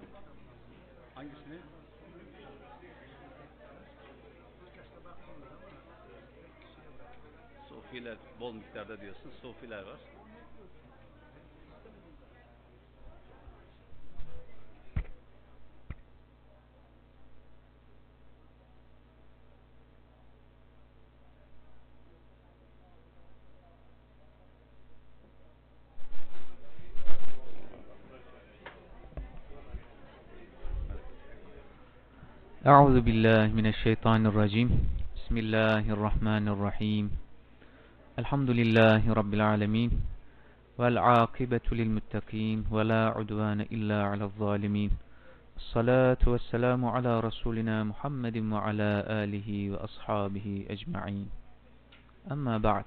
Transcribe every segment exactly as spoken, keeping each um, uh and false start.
Hangisini? Sufiler bol miktarda diyorsun. Sufiler var. أعوذ بالله من الشيطان الرجيم بسم الله الرحمن الرحيم الحمد لله رب العالمين والعاقبة للمتقين ولا عدوان إلا على الظالمين الصلاة والسلام على رسولنا محمد وعلى آله وأصحابه أجمعين أما بعد.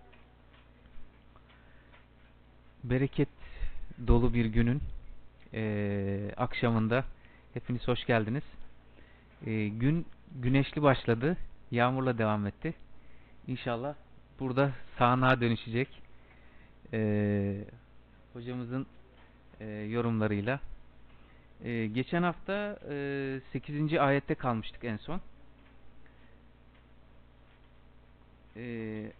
Bereket dolu bir günün eee, akşamında hepiniz hoş geldiniz. Eee, gün güneşli başladı, yağmurla devam etti. İnşallah burada sağanağa dönüşecek. Eee, hocamızın eee, yorumlarıyla. Eee, geçen hafta eee, sekizinci ayette kalmıştık en son. Eee,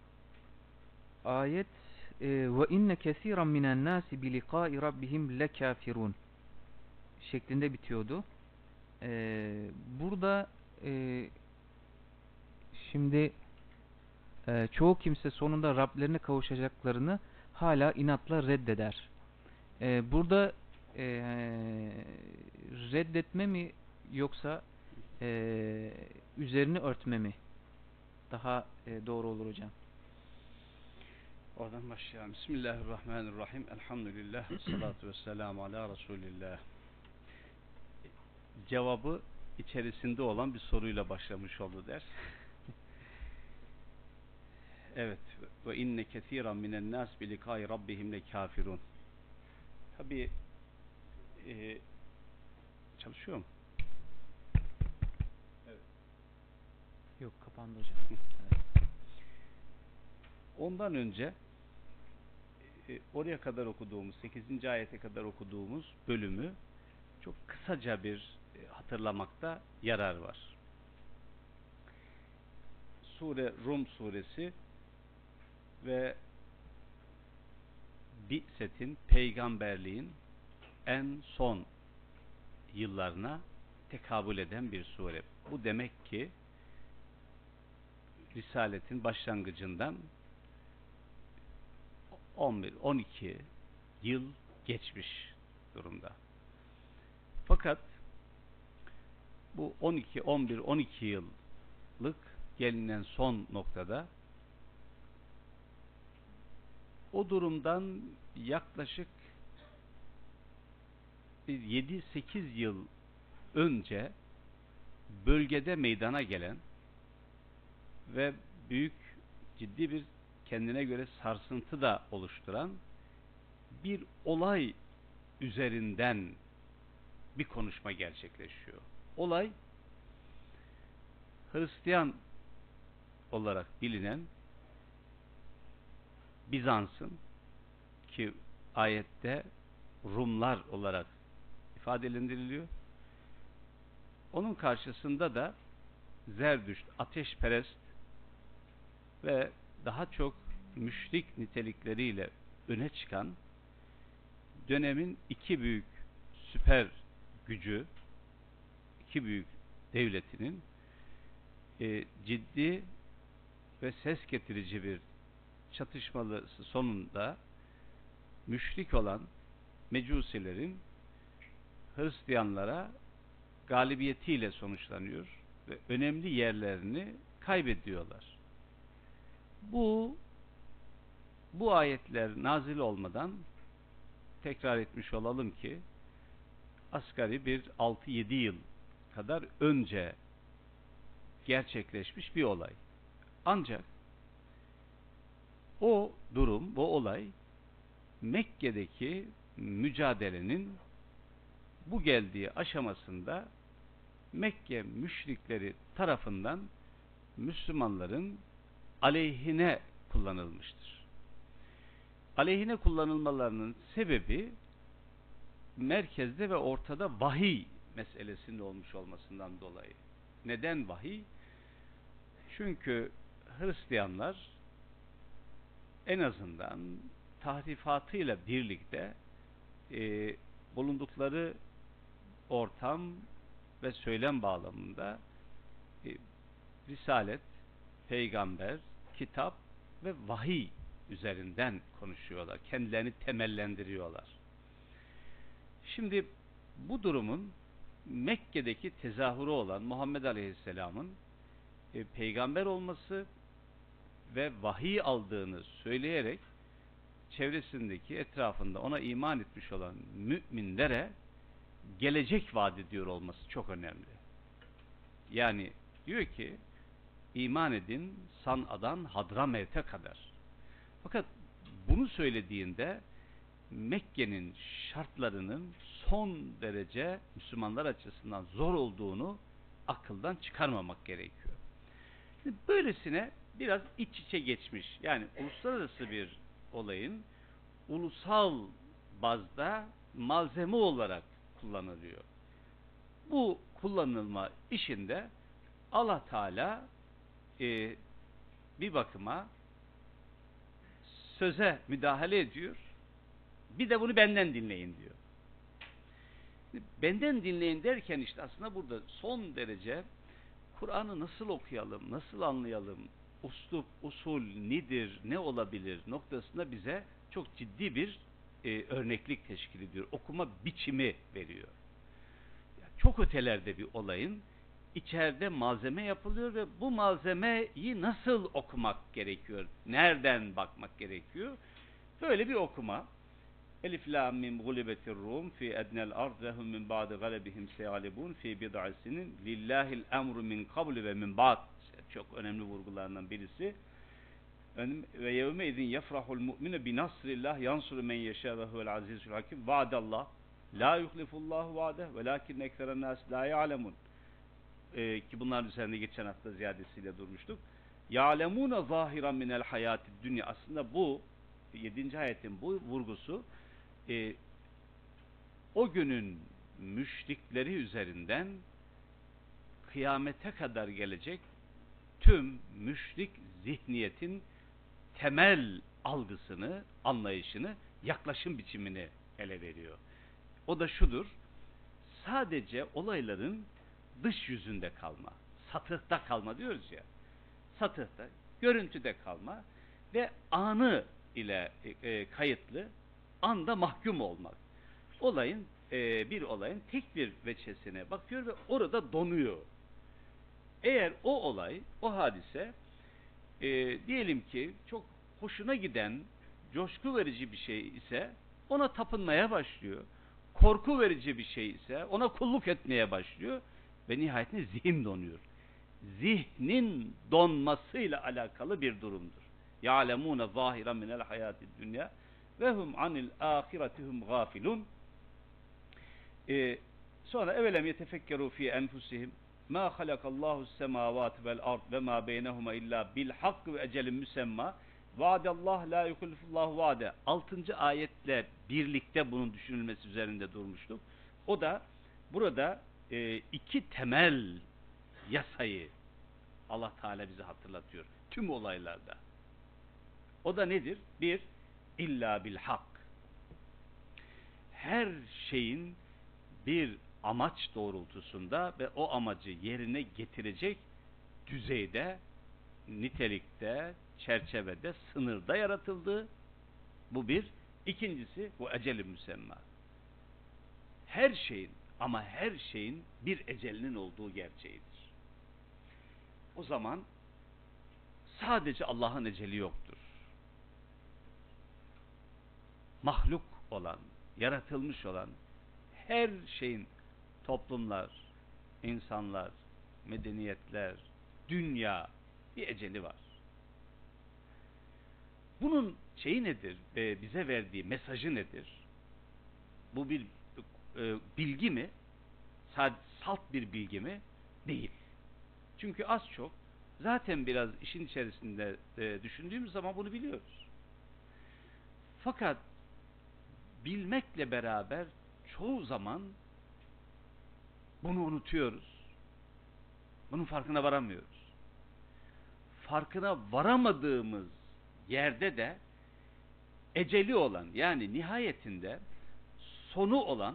ayet ve inne kesiran minen nasi bi liqa'i rabbihim lekafirun şeklinde bitiyordu. Ee, burada e, şimdi e, çoğu kimse sonunda Rablerine kavuşacaklarını hala inatla reddeder. Ee, burada e, reddetme mi yoksa e, üzerini örtme mi daha e, doğru olur hocam? Oradan başlayalım. Bismillahirrahmanirrahim. Elhamdülillah. Salatu vesselamu ala Resulillah. Cevabı içerisinde olan bir soruyla başlamış oldu ders. Evet. Ve inne kesiran minen nas bi liqa'i rabbihim lekafirun. Tabii e, çalışıyor mu? Evet. Yok, kapandı hocam. Evet. Ondan önce e, oraya kadar okuduğumuz, sekizinci ayete kadar okuduğumuz bölümü çok kısaca bir e, hatırlamakta yarar var. Sure Rum suresi ve Bi'set'in, peygamberliğin en son yıllarına tekabül eden bir sure. Bu demek ki Risaletin başlangıcından on bir on iki yıl geçmiş durumda. Fakat bu on iki on bir on iki yıllık gelinen son noktada o durumdan yaklaşık bir yedi sekiz yıl önce bölgede meydana gelen ve büyük, ciddi bir kendine göre sarsıntı da oluşturan bir olay üzerinden bir konuşma gerçekleşiyor. Olay, Hristiyan olarak bilinen Bizans'ın, ki ayette Rumlar olarak ifadelendiriliyor. Onun karşısında da Zerdüşt, ateşperest ve daha çok müşrik nitelikleriyle öne çıkan dönemin iki büyük süper gücü, iki büyük devletinin e, ciddi ve ses getirici bir çatışmalısı sonunda müşrik olan Mecusilerin Hristiyanlara galibiyetiyle sonuçlanıyor ve önemli yerlerini kaybediyorlar. Bu bu ayetler nazil olmadan tekrar etmiş olalım ki asgari bir altı yedi yıl kadar önce gerçekleşmiş bir olay. Ancak o durum, bu olay Mekke'deki mücadelenin bu geldiği aşamasında Mekke müşrikleri tarafından Müslümanların aleyhine kullanılmıştır. Aleyhine kullanılmalarının sebebi merkezde ve ortada vahiy meselesinin olmuş olmasından dolayı. Neden vahiy? Çünkü Hristiyanlar en azından tahrifatıyla birlikte e, bulundukları ortam ve söylem bağlamında e, risalet, peygamber, kitap ve vahiy üzerinden konuşuyorlar. Kendilerini temellendiriyorlar. Şimdi bu durumun Mekke'deki tezahürü olan Muhammed Aleyhisselam'ın e, peygamber olması ve vahiy aldığını söyleyerek çevresindeki, etrafında ona iman etmiş olan müminlere gelecek vaat ediyor olması çok önemli. Yani diyor ki iman edin San'a'dan Hadramevt'e kadar. Fakat bunu söylediğinde Mekke'nin şartlarının son derece Müslümanlar açısından zor olduğunu akıldan çıkarmamak gerekiyor. Şimdi böylesine biraz iç içe geçmiş, yani uluslararası bir olayın ulusal bazda malzeme olarak kullanılıyor. Bu kullanılma işinde Allah Teala e, bir bakıma söze müdahale ediyor. Bir de bunu benden dinleyin diyor. Benden dinleyin derken işte aslında burada son derece Kur'an'ı nasıl okuyalım, nasıl anlayalım, uslup, usul nedir, ne olabilir noktasında bize çok ciddi bir e, örneklik teşkil ediyor. Okuma biçimi veriyor. Yani çok ötelerde bir olayın içeride malzeme yapılıyor ve bu malzemeyi nasıl okumak gerekiyor? Nereden bakmak gerekiyor? Böyle bir okuma. Elif lam mim gulibetir rum fi ednel ard lehum min ba'di galebihim se'alibun fi bid'a sinin lillahil emru min qablu ve min ba'd. Çok önemli vurgularından birisi. Ve yevme izin yefrahul mu'minu bi nasrillah yansuru men yeşâ ve huvel azizul hakim. Vaadallah la yuhlifullahu vaade velakinne ekseren nas la ya'lemun. Ee, ki bunların üzerinde geçen hafta ziyadesiyle durmuştuk. Ya'lemûne zâhiran minel hayâtid dünya. Aslında bu yedinci ayetin bu vurgusu e, o günün müşrikleri üzerinden kıyamete kadar gelecek tüm müşrik zihniyetin temel algısını, anlayışını, yaklaşım biçimini ele veriyor. O da şudur: sadece olayların dış yüzünde kalma, satıhta kalma diyoruz ya, satıhta, görüntüde kalma ve anı ile e, kayıtlı anda mahkum olmak. Olayın, e, bir olayın tek bir veçesine bakıyor ve orada donuyor. Eğer o olay, o hadise e, diyelim ki çok hoşuna giden, coşku verici bir şey ise ona tapınmaya başlıyor. Korku verici bir şey ise ona kulluk etmeye başlıyor ve nihayetinde zihin donuyor. Zihnin donmasıyla alakalı bir durumdur. يَعْلَمُونَ ظَاهِرًا مِنَ الْحَيَاتِ الدُّنْيَا وَهُمْ عَنِ الْآخِرَةِ هُمْ غَافِلُونَ. Ee, sonra evelem yetefekkeru fi enfusihim ma halakallahu semavati vel ard ve ma beynehuma illa bil hak ve ecelin müsemma vaadallah la yuklifullahu vaade. altıncı ayetle birlikte bunun düşünülmesi üzerinde durmuştuk. O da burada e, iki temel yasayı Allah Teala bize hatırlatıyor tüm olaylarda. O da nedir? Bir, illa bil hak. Her şeyin bir amaç doğrultusunda ve o amacı yerine getirecek düzeyde, nitelikte, çerçevede, sınırda yaratıldığı, bu bir. İkincisi, bu ecel-i müsemma. Her şeyin, ama her şeyin bir ecelinin olduğu gerçeğidir. O zaman sadece Allah'ın eceli yoktur. Mahluk olan, yaratılmış olan her şeyin, toplumlar, insanlar, medeniyetler, dünya, bir eceli var. Bunun şeyi nedir? E, bize verdiği mesajı nedir? Bu bir e, bilgi mi? Sad, salt bir bilgi mi? Değil. Çünkü az çok zaten biraz işin içerisinde e, düşündüğümüz zaman bunu biliyoruz. Fakat bilmekle beraber çoğu zaman bunu unutuyoruz. Bunun farkına varamıyoruz. Farkına varamadığımız yerde de eceli olan, yani nihayetinde sonu olan,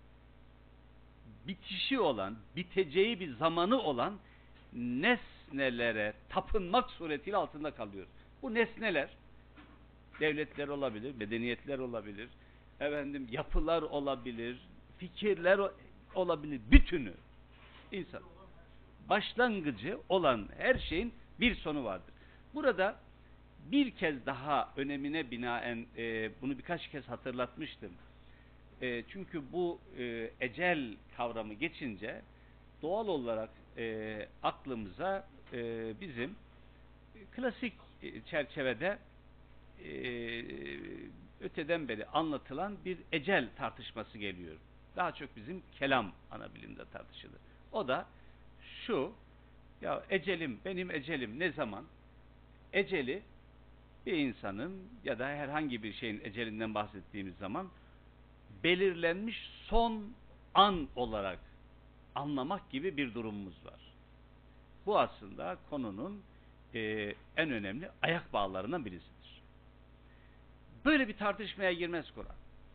bitişi olan, biteceği bir zamanı olan nesnelere tapınmak suretiyle altında kalıyoruz. Bu nesneler devletler olabilir, medeniyetler olabilir, efendim yapılar olabilir, fikirler olabilir, bütünü insan. Başlangıcı olan her şeyin bir sonu vardır. Burada bir kez daha önemine binaen e, bunu birkaç kez hatırlatmıştım. E, çünkü bu e, ecel kavramı geçince doğal olarak e, aklımıza e, bizim klasik e, çerçevede e, öteden beri anlatılan bir ecel tartışması geliyor. Daha çok bizim kelam ana bilimde tartışılır. O da şu, ya ecelim, benim ecelim ne zaman? Eceli bir insanın ya da herhangi bir şeyin ecelinden bahsettiğimiz zaman belirlenmiş son an olarak anlamak gibi bir durumumuz var. Bu aslında konunun e, en önemli ayak bağlarından birisidir. Böyle bir tartışmaya girmez Kur'an.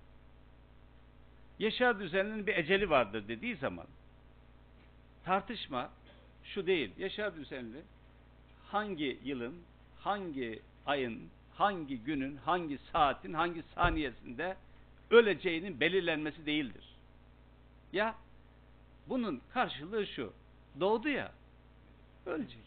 Yaşar Düzenli'nin bir eceli vardır dediği zaman tartışma şu değil. Yaşar Düzenli hangi yılın, hangi ayın, hangi günün, hangi saatin, hangi saniyesinde öleceğinin belirlenmesi değildir. Ya bunun karşılığı şu. Doğdu ya, ölecek.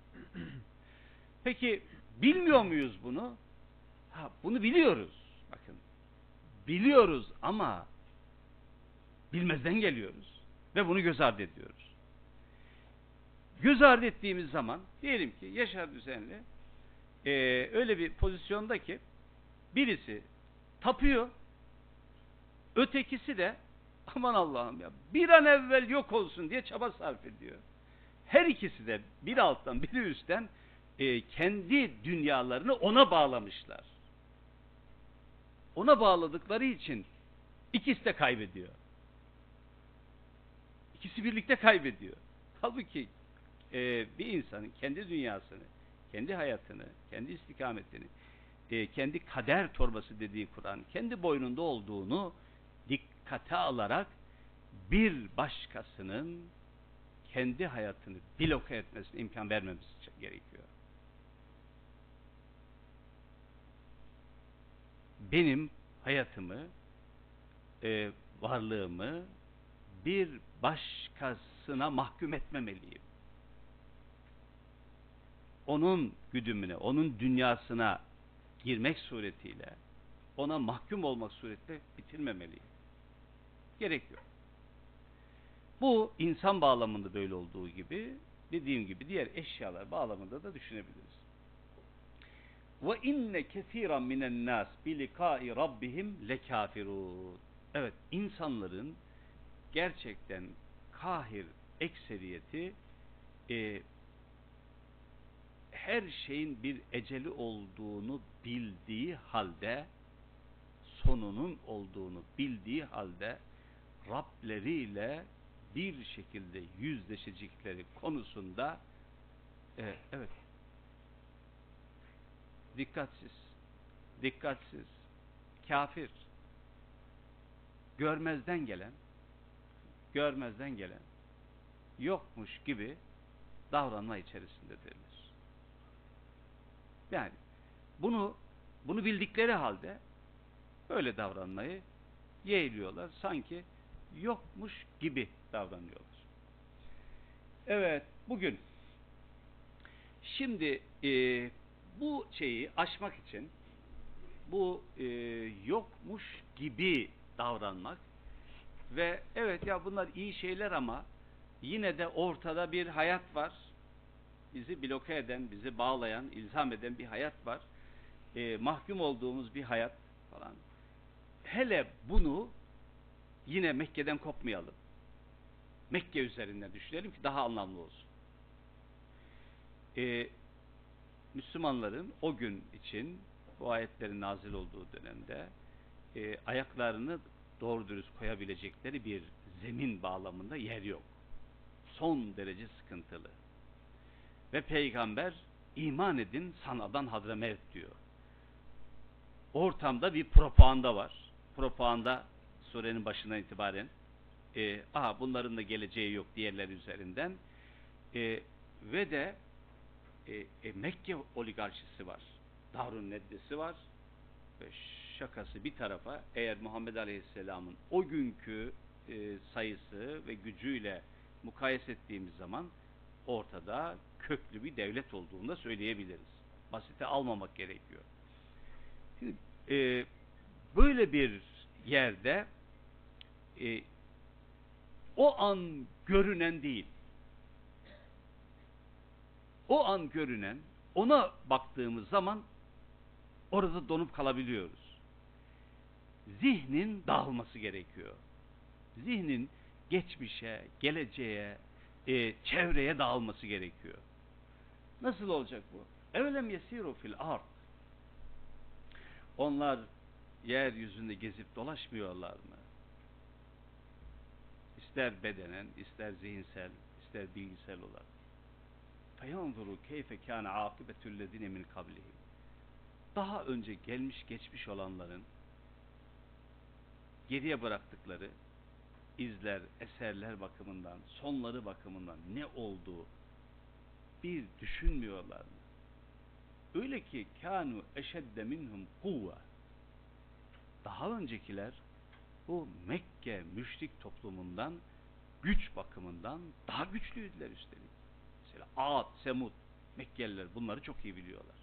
Peki bilmiyor muyuz bunu? Ha, bunu biliyoruz. Bakın. Biliyoruz ama bilmezden geliyoruz ve bunu göz ardı ediyoruz. Göz ardı ettiğimiz zaman diyelim ki Yaşar Düzenli e, öyle bir pozisyonda ki birisi tapıyor, ötekisi de aman Allah'ım ya bir an evvel yok olsun diye çaba sarf ediyor. Her ikisi de bir alttan biri üstten e, kendi dünyalarını ona bağlamışlar. Ona bağladıkları için ikisi de kaybediyor. İkisi birlikte kaybediyor. Halbuki e, bir insanın kendi dünyasını, kendi hayatını, kendi istikametini, e, kendi kader torbası dediği Kur'an, kendi boynunda olduğunu dikkate alarak bir başkasının kendi hayatını bloke etmesine imkan vermemiz gerekiyor. Benim hayatımı, e, varlığımı bir başkasına mahkum etmemeliyim. Onun güdümüne, onun dünyasına girmek suretiyle, ona mahkum olmak suretiyle bitirmemeliyim. Gerek yok. Bu insan bağlamında böyle olduğu gibi, dediğim gibi diğer eşyalar bağlamında da düşünebiliriz. Ve inne kesiran minen nas bi liqa'i rabbihim lekafirun. Evet, insanların gerçekten kahir ekseriyeti e, her şeyin bir eceli olduğunu bildiği halde, sonunun olduğunu bildiği halde Rableriyle bir şekilde yüzleşecekleri konusunda e, evet dikkatsiz, dikkatsiz, kafir, görmezden gelen, görmezden gelen, yokmuş gibi davranma içerisindedirler. Yani bunu bunu bildikleri halde böyle davranmayı yeğliyorlar. Sanki yokmuş gibi davranıyorlar. Evet, bugün şimdi e, bu şeyi aşmak için bu e, yokmuş gibi davranmak ve evet ya bunlar iyi şeyler ama yine de ortada bir hayat var. Bizi bloke eden, bizi bağlayan, ilzam eden bir hayat var. E, mahkum olduğumuz bir hayat falan. Hele bunu yine Mekke'den kopmayalım. Mekke üzerinden düşünelim ki daha anlamlı olsun. Ee, Müslümanların o gün için bu ayetlerin nazil olduğu dönemde e, ayaklarını doğru dürüst koyabilecekleri bir zemin bağlamında yer yok. Son derece sıkıntılı. Ve peygamber iman edin sanadan Hadramevt diyor. Ortamda bir propaganda var. Propaganda surenin başından itibaren e, aha bunların da geleceği yok diğerleri üzerinden e, ve de e, e, Mekke oligarşisi var. Darun Neddesi var ve şakası bir tarafa eğer Muhammed Aleyhisselam'ın o günkü e, sayısı ve gücüyle mukayese ettiğimiz zaman ortada köklü bir devlet olduğunu da söyleyebiliriz. Basite almamak gerekiyor. Şimdi, e, böyle bir yerde e, o an görünen değil. O an görünen, ona baktığımız zaman orada donup kalabiliyoruz. Zihnin dağılması gerekiyor. Zihnin geçmişe, geleceğe, e, çevreye dağılması gerekiyor. Nasıl olacak bu? Evlem yesiru fil ard. Onlar yeryüzünde gezip dolaşmıyorlar mı? İster bedenen, ister zihinsel, ister bilgisel olarak. فَيَنْظُرُوا كَيْفَ كَانَ عَاقِبَةُ الَّذِينَ مِنْ قَبْلِهِمْ. Daha önce gelmiş geçmiş olanların geriye bıraktıkları izler, eserler bakımından, sonları bakımından ne olduğu bir düşünmüyorlar mı? Öyle ki kânu eşedde minhum kuvve. Daha öncekiler bu Mekke müşrik toplumundan güç bakımından daha güçlüydüler üstelik. Mesela Ad, Semud, Mekkeliler bunları çok iyi biliyorlar.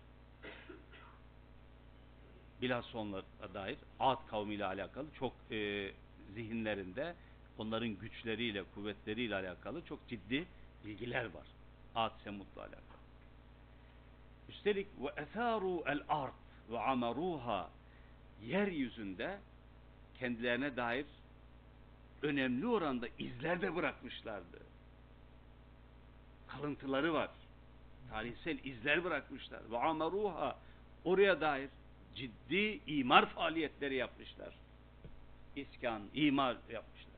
Bilhassa onlara dair Ad kavmiyle alakalı çok e, zihinlerinde onların güçleriyle, kuvvetleriyle alakalı çok ciddi bilgiler var. Ad, Semud'la alakalı. Üstelik ve etharu el ard ve amaruha, yeryüzünde kendilerine dair önemli oranda izler de bırakmışlardı. Kalıntıları var. Tarihsel izler bırakmışlar. Ve amaruha, oraya dair ciddi imar faaliyetleri yapmışlar. İskan, imar yapmışlar.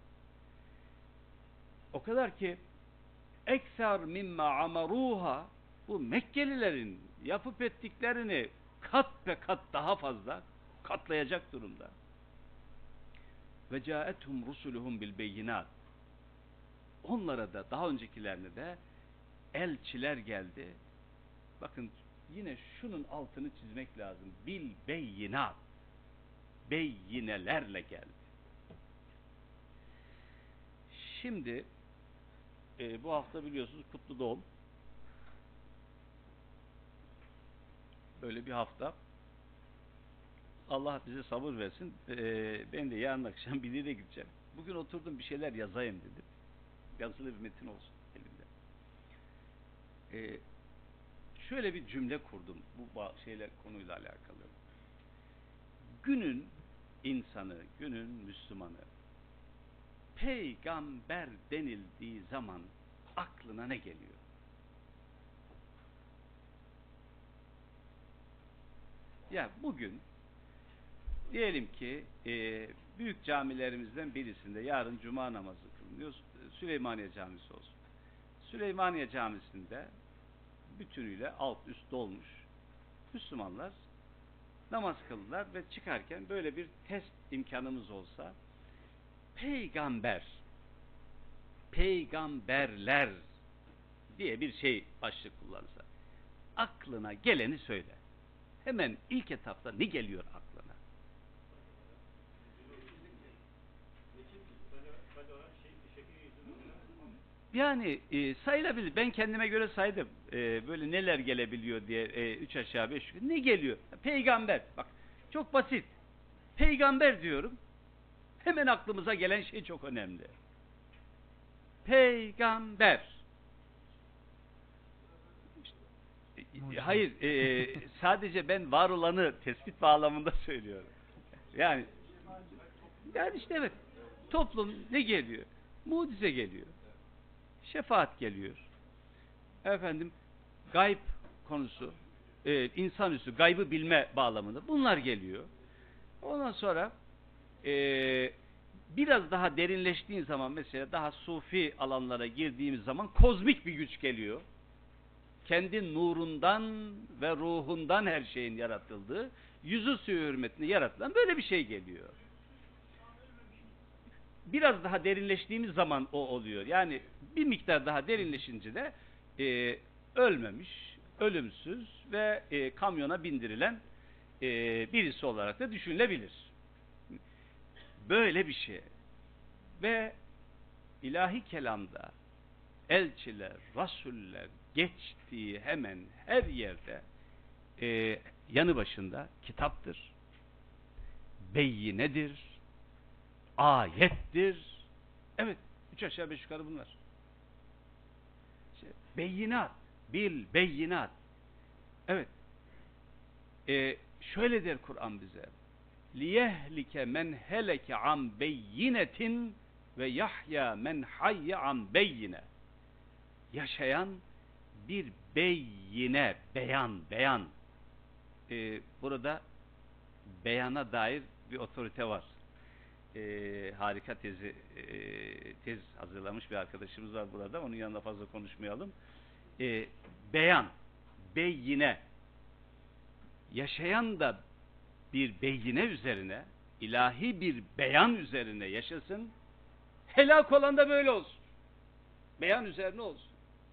O kadar ki ekser mimma amaruha, bu Mekkelilerin yapıp ettiklerini kat be kat daha fazla katlayacak durumda. Ve caethum rusuluhum bil beyinat. Onlara da daha öncekilerine de elçiler geldi. Bakın yine şunun altını çizmek lazım. Bil beyinat. Beyinelerle geldi. Şimdi e, bu hafta biliyorsunuz kutlu doğum. Böyle bir hafta. Allah bize sabır versin. Ee, ben de yarın akşam bir yere gideceğim. Bugün oturdum bir şeyler yazayım dedim. Yazılı bir metin olsun elimde. Ee, şöyle bir cümle kurdum bu şeyler konuyla alakalı. Günün insanı, günün Müslümanı peygamber denildiği zaman aklına ne geliyor? Ya bugün diyelim ki e, büyük camilerimizden birisinde yarın cuma namazı kılınıyor. Süleymaniye Camisi olsun. Süleymaniye Camisi'nde bütünüyle alt üst dolmuş Müslümanlar namaz kıldılar ve çıkarken böyle bir test imkanımız olsa peygamber, peygamberler diye bir şey başlık kullansa aklına geleni söyle. Hemen ilk etapta ne geliyor aklına? Yani e, sayılabilir. Ben kendime göre saydım. E, böyle neler gelebiliyor diye e, üç aşağı beş yukarı. Ne geliyor? Peygamber. Bak çok basit. Peygamber diyorum. Hemen aklımıza gelen şey çok önemli. Peygamber. İşte, hayır. E, sadece ben var olanı tespit bağlamında söylüyorum. Yani yani işte evet. Toplum ne geliyor? Mucize geliyor. Şefaat geliyor. Efendim gayb konusu, e, insanüstü gaybı bilme bağlamında bunlar geliyor. Ondan sonra Ee, biraz daha derinleştiğin zaman, mesela daha sufi alanlara girdiğimiz zaman kozmik bir güç geliyor. Kendi nurundan ve ruhundan her şeyin yaratıldığı, yüzü suyu hürmetine yaratılan böyle bir şey geliyor. Biraz daha derinleştiğimiz zaman o oluyor. Yani bir miktar daha derinleşince de e, ölmemiş, ölümsüz ve e, kamyona bindirilen e, birisi olarak da düşünülebilir. Böyle bir şey. Ve ilahi kelamda elçiler, rasuller geçtiği hemen her yerde e, yanı başında kitaptır, beyinedir, ayettir. Evet, üç aşağı beş yukarı bunlar. İşte, beyinat, bil beyinat. Evet. E, şöyle der Kur'an bize: liyehlike men heleke an beyinetin ve yahya men hayye an beyine. Yaşayan bir beyine, beyan, beyan. Ee, burada beyana dair bir otorite var. Ee, harika tezi e, tez hazırlamış bir arkadaşımız var burada. Onun yanında fazla konuşmayalım. Ee, beyan, beyine. Yaşayan da bir beyine üzerine, ilahi bir beyan üzerine yaşasın. Helak olan da böyle olsun. Beyan üzerine olsun.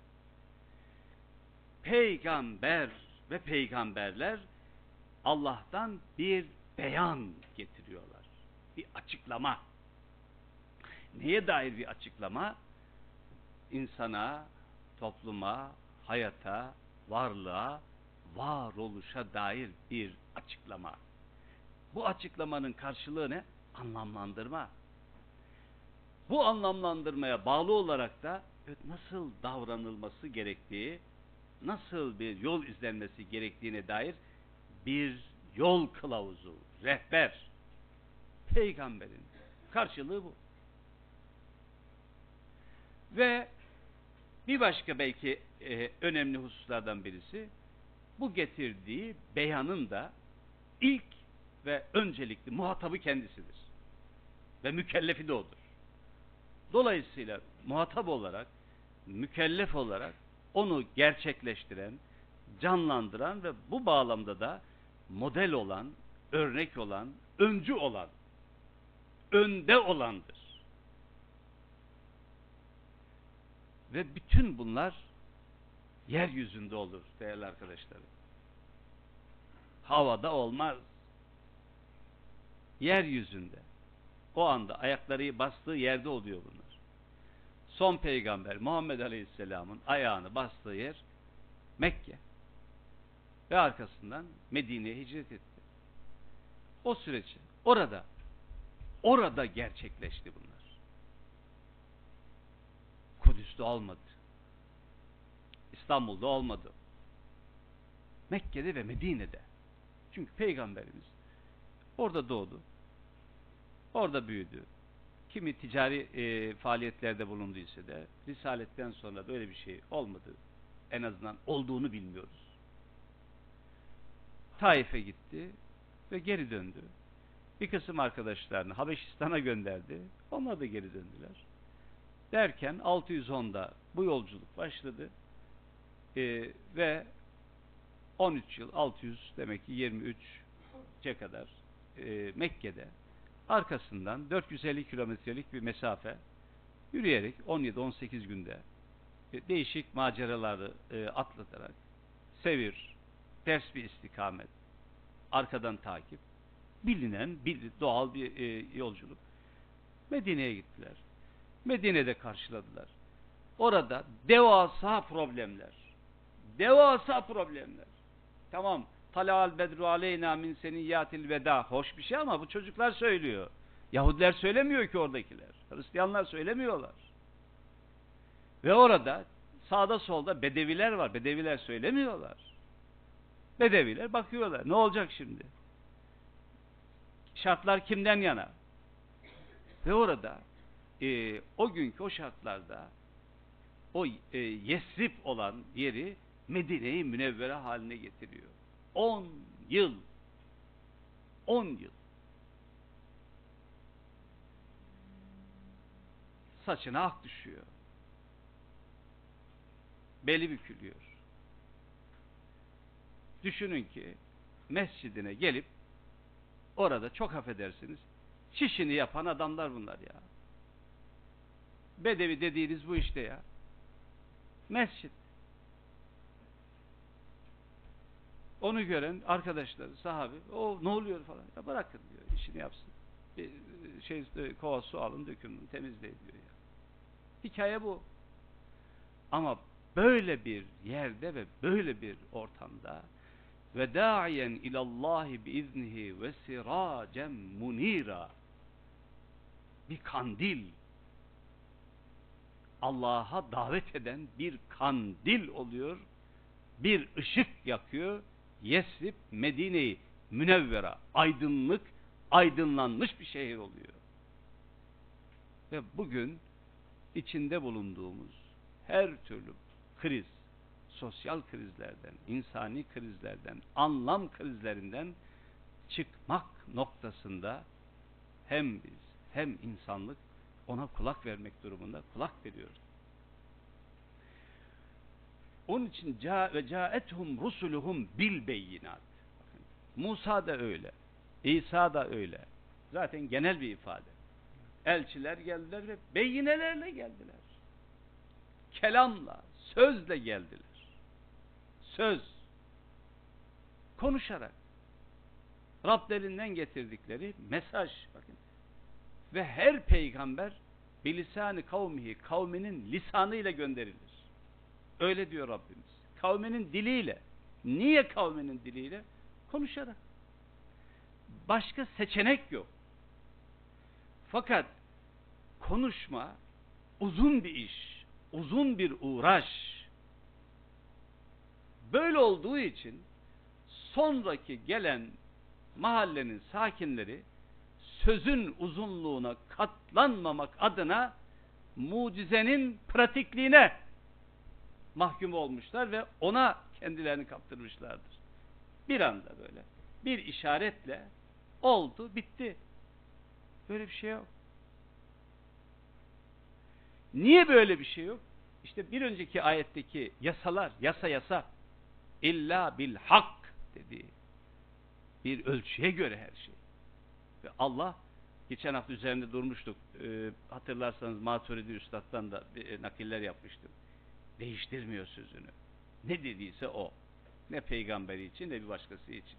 Peygamber ve peygamberler Allah'tan bir beyan getiriyorlar. Bir açıklama. Neye dair bir açıklama? İnsana, topluma, hayata, varlığa, varoluşa dair bir açıklama. Bu açıklamanın karşılığı ne? Anlamlandırma. Bu anlamlandırmaya bağlı olarak da nasıl davranılması gerektiği, nasıl bir yol izlenmesi gerektiğine dair bir yol kılavuzu, rehber, peygamberin karşılığı bu. Ve bir başka belki e, önemli hususlardan birisi, bu getirdiği beyanın da ilk ve öncelikli muhatabı kendisidir. Ve mükellefi de odur. Dolayısıyla muhatap olarak, mükellef olarak onu gerçekleştiren, canlandıran ve bu bağlamda da model olan, örnek olan, öncü olan, önde olandır. Ve bütün bunlar yeryüzünde olur değerli arkadaşlarım. Havada olmaz. Yeryüzünde. O anda ayakları bastığı yerde oluyor bunlar. Son peygamber Muhammed Aleyhisselam'ın ayağını bastığı yer Mekke. Ve arkasından Medine'ye hicret etti. O süreci orada, orada gerçekleşti bunlar. Kudüs'te olmadı. İstanbul'da olmadı. Mekke'de ve Medine'de. Çünkü peygamberimiz orada doğdu. Orada büyüdü. Kimi ticari e, faaliyetlerde bulunduysa da Risaletten sonra böyle bir şey olmadı. En azından olduğunu bilmiyoruz. Taif'e gitti ve geri döndü. Bir kısım arkadaşlarını Habeşistan'a gönderdi. Onlar da geri döndüler. Derken altı yüz onda bu yolculuk başladı. E, ve on üç yıl, altı yüz demek ki yirmi üçe kadar e, Mekke'de, arkasından dört yüz elli kilometrelik bir mesafe yürüyerek on yedi on sekiz günde e, değişik maceraları e, atlatarak, sevir, ters bir istikamet, arkadan takip, bilinen bir, doğal bir e, yolculuk. Medine'ye gittiler. Medine'de karşıladılar. Orada devasa problemler. Devasa problemler. Tamam. Tala'al bedru aleyna min seniyyatil veda. Hoş bir şey ama bu çocuklar söylüyor. Yahudiler söylemiyor ki oradakiler. Hristiyanlar söylemiyorlar. Ve orada sağda solda bedeviler var. Bedeviler söylemiyorlar. Bedeviler bakıyorlar. Ne olacak şimdi? Şartlar kimden yana? Ve orada e, o günkü o şartlarda o e, Yesrib olan yeri Medine-i Münevvere haline getiriyor. On yıl. On yıl. saçına ak düşüyor. Beli bükülüyor. Düşünün ki mescidine gelip orada çok affedersiniz çişini yapan adamlar bunlar ya. Bedevi dediğiniz bu işte ya. Mescid. Onu gören arkadaşları, sahabi, o ne oluyor falan. Ya bırakın diyor, işini yapsın. Bir şey, kova su alın, dökün, temizleyin diyor ya. Hikaye bu. Ama böyle bir yerde ve böyle bir ortamda ve da'iyen ilallahi biiznihi ve siracen munira, bir kandil, Allah'a davet eden bir kandil oluyor, bir ışık yakıyor. Yesrib, Medine-i Münevvera, aydınlık, aydınlanmış bir şehir oluyor. Ve bugün içinde bulunduğumuz her türlü kriz, sosyal krizlerden, insani krizlerden, anlam krizlerinden çıkmak noktasında hem biz hem insanlık ona kulak vermek durumunda, kulak veriyoruz. Onun için ca ve caethum rusuluhum bil beyinat. Musa da öyle, İsa da öyle. Zaten genel bir ifade. Elçiler geldiler ve beyinelerle geldiler. Kelamla, sözle geldiler. Söz, konuşarak. Rablerinden getirdikleri mesaj. Bakın. Ve her peygamber bilisani kavmihi, kavminin lisanıyla gönderilir. Öyle diyor Rabbimiz. Kavminin diliyle. Niye kavminin diliyle? Konuşarak. Başka seçenek yok. Fakat konuşma uzun bir iş, uzun bir uğraş. Böyle olduğu için sonraki gelen mahallenin sakinleri sözün uzunluğuna katlanmamak adına mucizenin pratikliğine mahkum olmuşlar ve ona kendilerini kaptırmışlardır. Bir anda böyle bir işaretle oldu, bitti. Böyle bir şey yok. Niye böyle bir şey yok? İşte bir önceki ayetteki yasalar, yasa yasa illa bil hak dediği bir ölçüye göre her şey. Ve Allah, geçen hafta üzerinde durmuştuk. E, hatırlarsanız Maturidi Üstad'dan da e, nakiller yapmıştım. Değiştirmiyor sözünü. Ne dediyse o. Ne peygamberi için ne bir başkası için.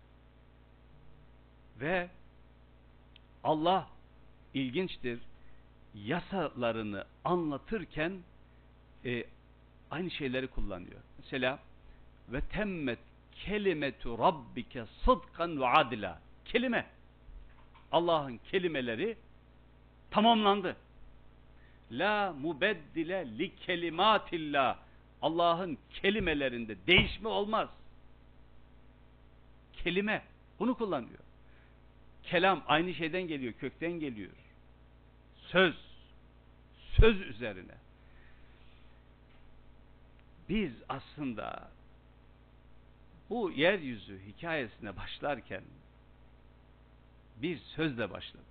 Ve Allah ilginçtir. Yasalarını anlatırken e, aynı şeyleri kullanıyor. Mesela ve temmet kelimetu rabbike sıdkan ve adila. Kelime. Allah'ın kelimeleri tamamlandı. La mubeddile li kelimatillah. Allah'ın kelimelerinde değişme olmaz. Kelime. Bunu kullanıyor. Kelam aynı şeyden geliyor, kökten geliyor. Söz. Söz üzerine. Biz aslında bu yeryüzü hikayesine başlarken bir sözle başladık.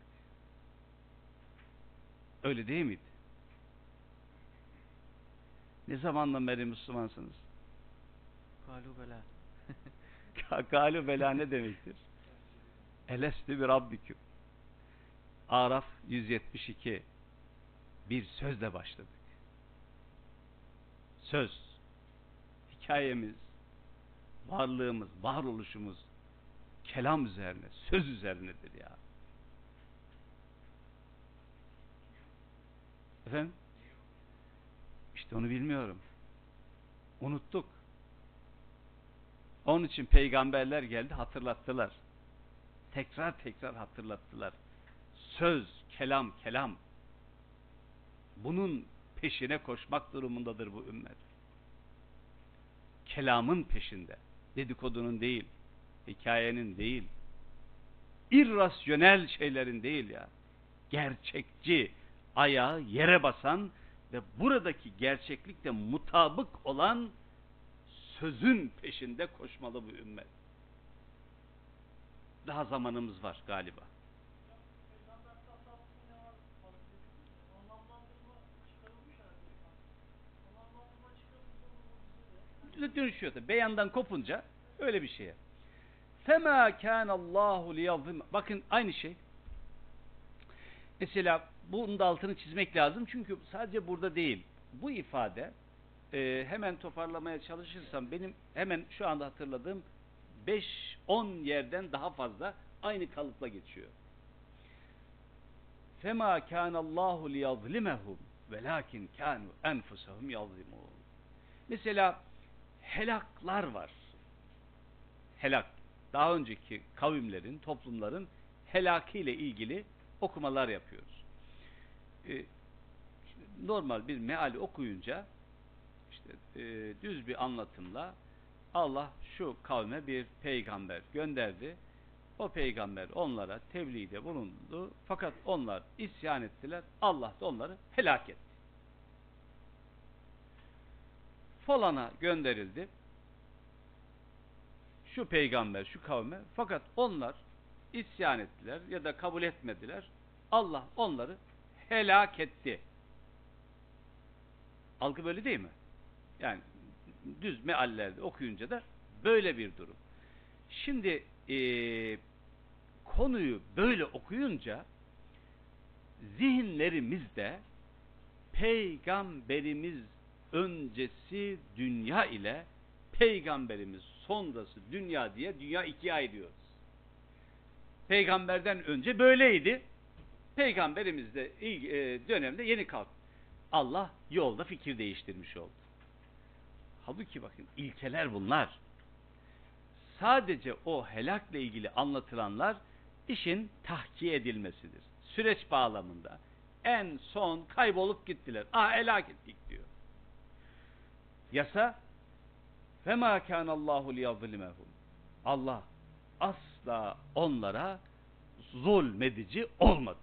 Öyle değil miydi? Ne zamandan beri Müslümansınız? Kalu bela. Kalu bela ne demektir? Elestü bir Rabbiküm. Araf yüz yetmiş iki. Bir sözle başladık. Söz. Hikayemiz, varlığımız, varoluşumuz kelam üzerine, söz üzerinedir ya. Efendim? İşte onu bilmiyorum. Unuttuk. Onun için peygamberler geldi, hatırlattılar. Tekrar tekrar hatırlattılar. Söz, kelam, kelam. Bunun peşine koşmak durumundadır bu ümmet. Kelamın peşinde. Dedikodunun değil. Hikayenin değil. İrrasyonel şeylerin değil ya. Gerçekçi, ayağı yere basan ve buradaki gerçeklikle mutabık olan sözün peşinde koşmalı bu ümmet. Daha zamanımız var galiba. dönüp dönüşüyor da beyandan kopunca öyle bir şeye. Fema kana Allahu liyazlim. Bakın aynı şey. Mesela bunun da altını çizmek lazım çünkü sadece burada değil. Bu ifade e, hemen toparlamaya çalışırsam benim hemen şu anda hatırladığım beş on yerden daha fazla aynı kalıpla geçiyor. Fema kana Allahu liyazlimehum velakin kanu enfusahum yazlimun. Mesela helaklar var. Helak. Daha önceki kavimlerin, toplumların helakıyla ilgili okumalar yapıyoruz. Ee, normal bir meali okuyunca işte e, düz bir anlatımla Allah şu kavme bir peygamber gönderdi. O peygamber onlara tebliğde bulundu. Fakat onlar isyan ettiler. Allah da onları helak etti. Falana gönderildi. Şu peygamber, şu kavme. Fakat onlar isyan ettiler ya da kabul etmediler. Allah onları helak etti. Algı böyle değil mi? Yani düz meallerde okuyunca da böyle bir durum. Şimdi e, konuyu böyle okuyunca zihinlerimizde peygamberimiz öncesi dünya ile peygamberimiz sonrası dünya diye dünya ikiye ayırıyoruz. Peygamberden önce böyleydi. Peygamberimiz de ilk e, dönemde yeni kalktı. Allah yolda fikir değiştirmiş oldu. Halbuki bakın ilkeler bunlar. Sadece o helakla ilgili anlatılanlar işin tahkiye edilmesidir. Süreç bağlamında. En son kaybolup gittiler. Ah helak ettik diyor. Yasa فَمَا كَانَ اللّٰهُ لِيَظْلِمَهُمْ. Allah asla onlara zulmedici olmadı.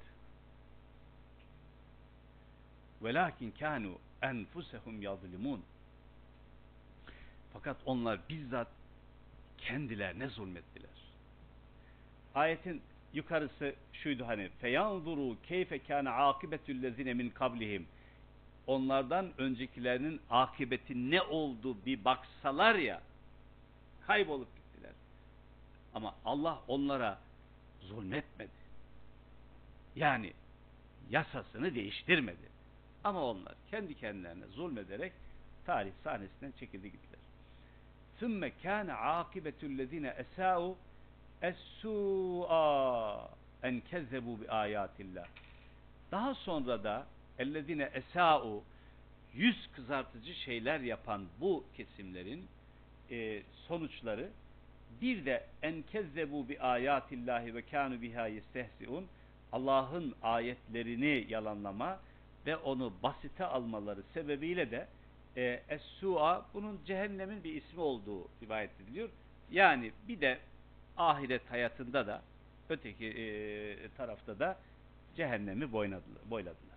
وَلَاكِنْ كَانُوا اَنْفُسَهُمْ يَظْلِمُونَ. Fakat onlar bizzat kendilerine zulmettiler. Ayetin yukarısı şuydu hani فَيَنْظُرُوا كَيْفَ كَانَ عَاقِبَةُ الَّذِينَ مِنْ قَبْلِهِمْ. Onlardan öncekilerinin akıbeti ne oldu bir baksalar ya, kaybolup gittiler. Ama Allah onlara zulmetmedi. Yani yasasını değiştirmedi. Ama onlar kendi kendilerine zulmederek tarih sahnesinden çekildi gittiler. ثُمَّ كَانَ عَاقِبَةُ الَّذِينَ اَسَاءُوا اَسُّوءَا اَنْ كَذَّبُوا بِآيَاتِ اللّٰهِ. Daha sonra da ellezine esa'u yüz kızartıcı şeyler yapan bu kesimlerin e, sonuçları bir de enkezzebu bi ayatillahi ve kanu biha yestehziun, Allah'ın ayetlerini yalanlama ve onu basite almaları sebebiyle de e, es-su'a bunun cehennemin bir ismi olduğu rivayet ediliyor. Yani bir de ahiret hayatında da öteki e, tarafta da cehennemi boyladılar. boyladılar.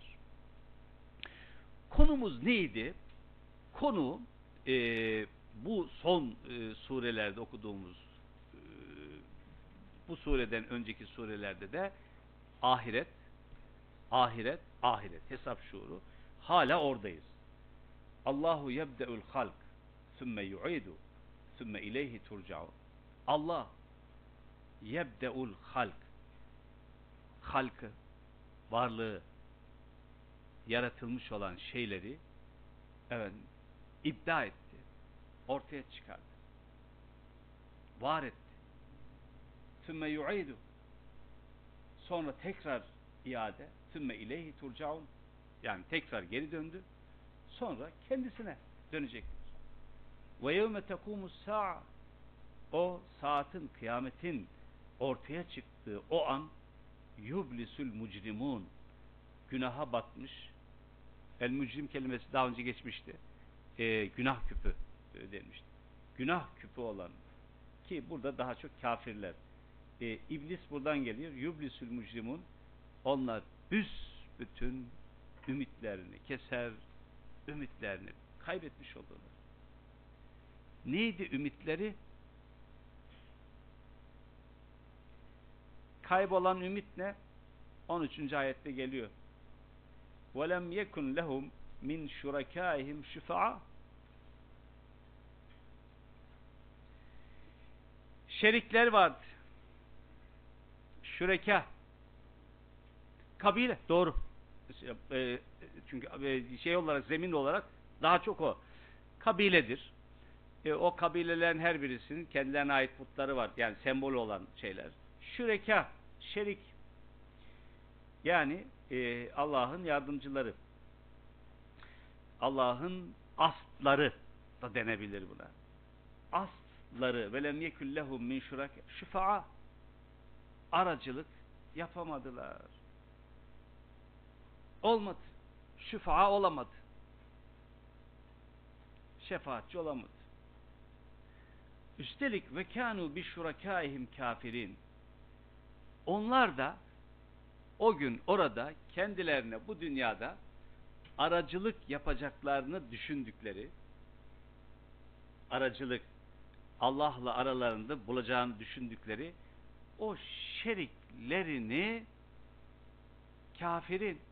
Konumuz neydi? Konu e, bu son e, surelerde okuduğumuz e, bu sureden önceki surelerde de ahiret, ahiret, ahiret, hesap şuuru. Hala oradayız. Allahu yebde'ul halk sümme yu'idu sümme ileyhi turca'un. Allah yebde'ul halk, halkı, varlığı, yaratılmış olan şeyleri evet, ibda etti, ortaya çıkardı, var etti. Sümme yu'idu, sonra tekrar iade, sümme ileyhi turcaun, yani tekrar geri döndü, sonra kendisine dönecektir. Ve yevme tekumus sa'a, o saatin, kıyametin ortaya çıktığı o an yublisül mucrimun, günaha batmış, el mücrim kelimesi daha önce geçmişti, e, günah küpü e, denmişti. Günah küpü olan, ki burada daha çok kafirler, e, iblis buradan geliyor, yublisül mucrimun, onlar büsbütün ümitlerini keser, ümitlerini kaybetmiş olurlar. Neydi ümitleri? Kaybolan ümit ne? on üçüncü ayette geliyor. وَلَمْ يَكُنْ لَهُمْ مِنْ شُرَكَائِهِمْ شُفَعَى. Şerikler vardı. Şüreka. Kabile. Doğru. E, çünkü e, şey olarak, zemin olarak daha çok o. Kabiledir. E, o kabilelerin her birisinin kendilerine ait putları var. Yani sembol olan şeyler. Şüreka. Şerik. Yani e, Allah'ın yardımcıları. Allah'ın asları da denebilir buna. Asları velem yekun lehum min şuraka şüfa'a, aracılık yapamadılar. Olmadı. Şüfa'a olamadı. Şefaatçi olamadı. Üstelik ve kânû bi şurakâihim kâfirin. Onlar da o gün orada kendilerine bu dünyada aracılık yapacaklarını düşündükleri, aracılık Allah'la aralarında bulacağını düşündükleri o şeriklerini kafirin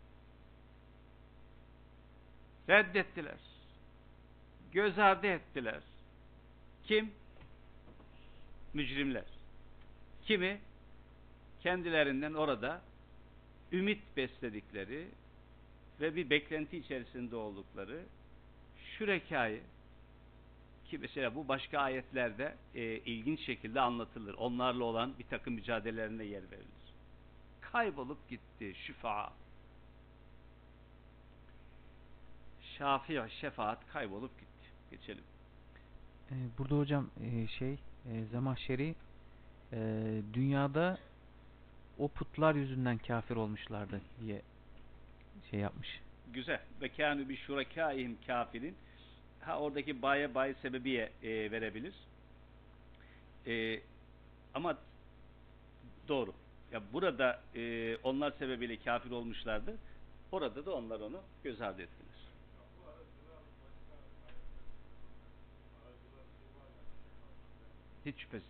reddettiler. Göz ardı ettiler. Kim? Mücrimler. Kimi? Kendilerinden orada ümit besledikleri ve bir beklenti içerisinde oldukları şürekayı, ki mesela bu başka ayetlerde e, ilginç şekilde anlatılır. Onlarla olan bir takım mücadelelerine yer verilir. Kaybolup gitti şüfa. Şafi şefaat kaybolup gitti. Geçelim. Ee, burada hocam e, şey e, Zemahşeri e, dünyada o putlar yüzünden kafir olmuşlardı diye şey yapmış. Güzel. Ve kânû bi şurekâihim kafirin. Ha, oradaki baye baye sebebiye e, verebilir. E, ama doğru. Ya burada e, onlar sebebiyle kafir olmuşlardı. Orada da onlar onu göz ardı ettiler. Hiç şüphesiz.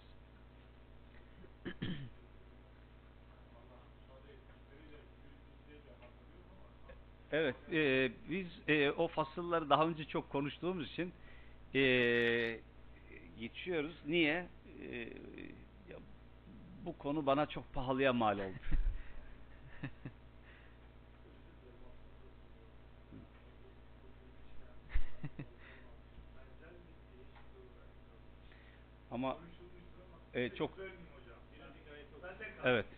Evet, e, biz e, o fasılları daha önce çok konuştuğumuz için e, geçiyoruz. Niye? E, ya, bu konu bana çok pahalıya mal oldu. Ama e, çok evet.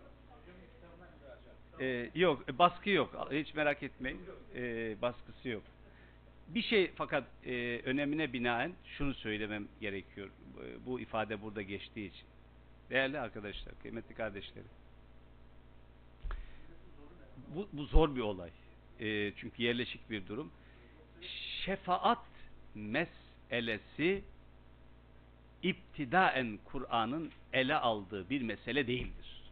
E, yok, baskı yok. Hiç merak etmeyin. E, baskısı yok. Bir şey fakat e, önemine binaen şunu söylemem gerekiyor. Bu ifade burada geçtiği için. Değerli arkadaşlar, kıymetli kardeşlerim. Bu, bu zor bir olay. E, çünkü yerleşik bir durum. Şefaat meselesi iptidaen Kur'an'ın ele aldığı bir mesele değildir.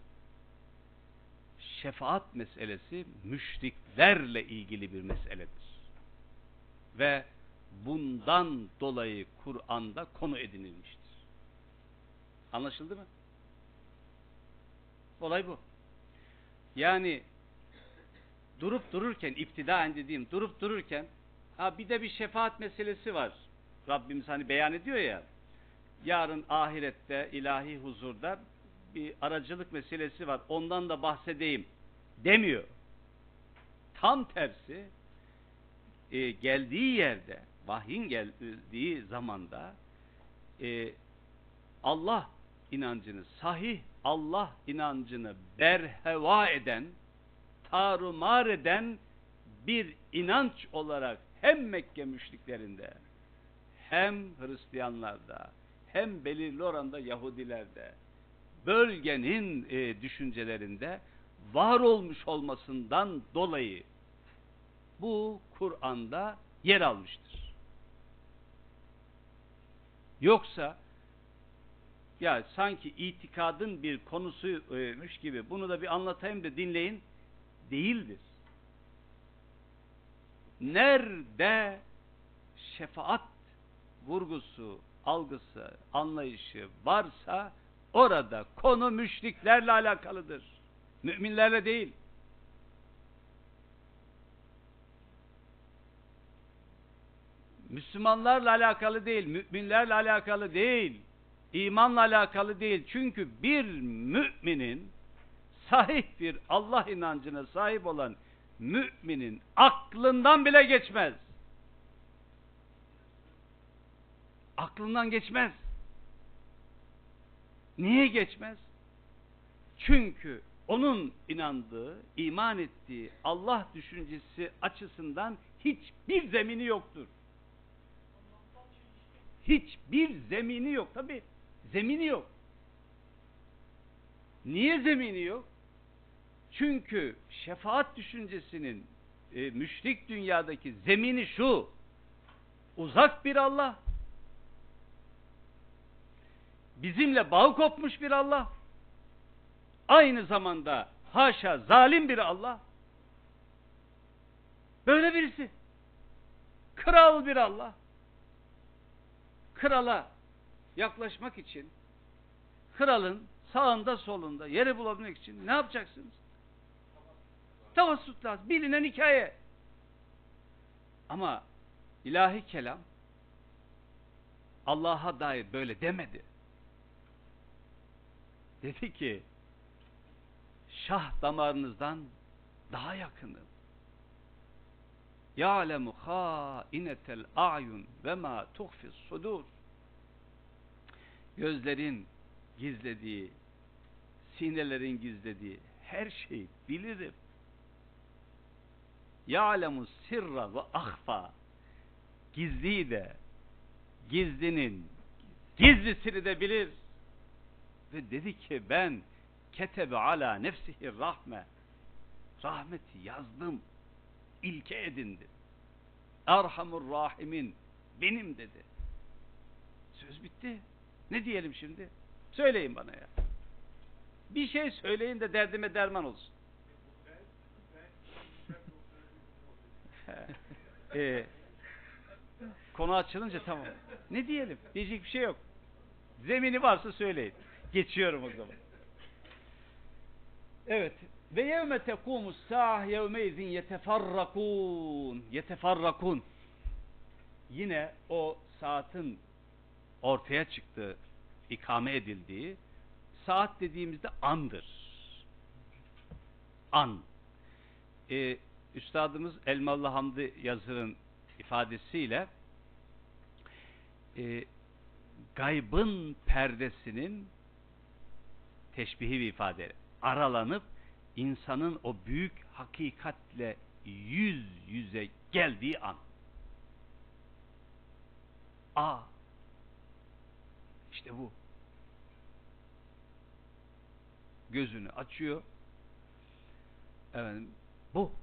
Şefaat meselesi müşriklerle ilgili bir meseledir. Ve bundan dolayı Kur'an'da konu edinilmiştir. Anlaşıldı mı? Olay bu. Yani durup dururken, iptidaen dediğim durup dururken, ha bir de bir şefaat meselesi var. Rabbimiz hani beyan ediyor ya, yarın ahirette, ilahi huzurda bir aracılık meselesi var. Ondan da bahsedeyim demiyor. Tam tersi, e, geldiği yerde, vahyin geldiği zamanda e, Allah inancını, sahih Allah inancını berheva eden, tarumar eden bir inanç olarak hem Mekke müşriklerinde, hem Hristiyanlarda, hem belirli oranda Yahudilerde, bölgenin e, düşüncelerinde var olmuş olmasından dolayı bu Kur'an'da yer almıştır. Yoksa ya sanki itikadın bir konusuymuş gibi bunu da bir anlatayım da dinleyin değildir. Nerede şefaat vurgusu, algısı, anlayışı varsa orada konu müşriklerle alakalıdır. Müminlerle değil. Müslümanlarla alakalı değil, müminlerle alakalı değil. İmanla alakalı değil. Çünkü bir müminin, sahih bir Allah inancına sahip olan müminin aklından bile geçmez. Aklından geçmez. Niye geçmez? Çünkü onun inandığı, iman ettiği Allah düşüncesi açısından hiçbir zemini yoktur. Hiçbir zemini yok. Tabii zemini yok. Niye zemini yok? Çünkü şefaat düşüncesinin e, müşrik dünyadaki zemini şu: uzak bir Allah, bizimle bağı kopmuş bir Allah, aynı zamanda haşa zalim bir Allah, böyle birisi, kral bir Allah. Krala yaklaşmak için, kralın sağında solunda yeri bulabilmek için ne yapacaksınız? Tavassut lazım. Bilinen hikaye. Ama ilahi kelam Allah'a dair böyle demedi. Dedi ki, şah damarınızdan daha yakınım. Ya'lemu hâinetel a'yun ve mâ tuhfis sudur. Gözlerin gizlediği, sinelerin gizlediği her şeyi bilirim. Ya'lemu sirra ve ahfa. Gizliyi de, gizlinin gizlisini de bilir. Ve dedi ki, ben ketebe ala nefsihi rahme. Rahmeti yazdım, ilke edindim. Erhamur rahimin benim dedi. Söz bitti. Ne diyelim şimdi? Söyleyin bana ya. Bir şey söyleyin de derdime derman olsun. ee, konu açılınca tamam. Ne diyelim? Diyecek bir şey yok. Zemini varsa söyleyin. Geçiyorum o zaman. Evet. Ve yevme tekumus sa'ah yevmeizin yetefarrakun. Yetefarrakun. Yine o saatin ortaya çıktığı, ikame edildiği, saat dediğimizde andır. An. Ee, Üstadımız Elmalı Hamdi Yazır'ın ifadesiyle e, gaybın perdesinin teşbihi bir ifade aralanıp insanın o büyük hakikatle yüz yüze geldiği an. A. İşte bu. Gözünü açıyor. Efendim, bu.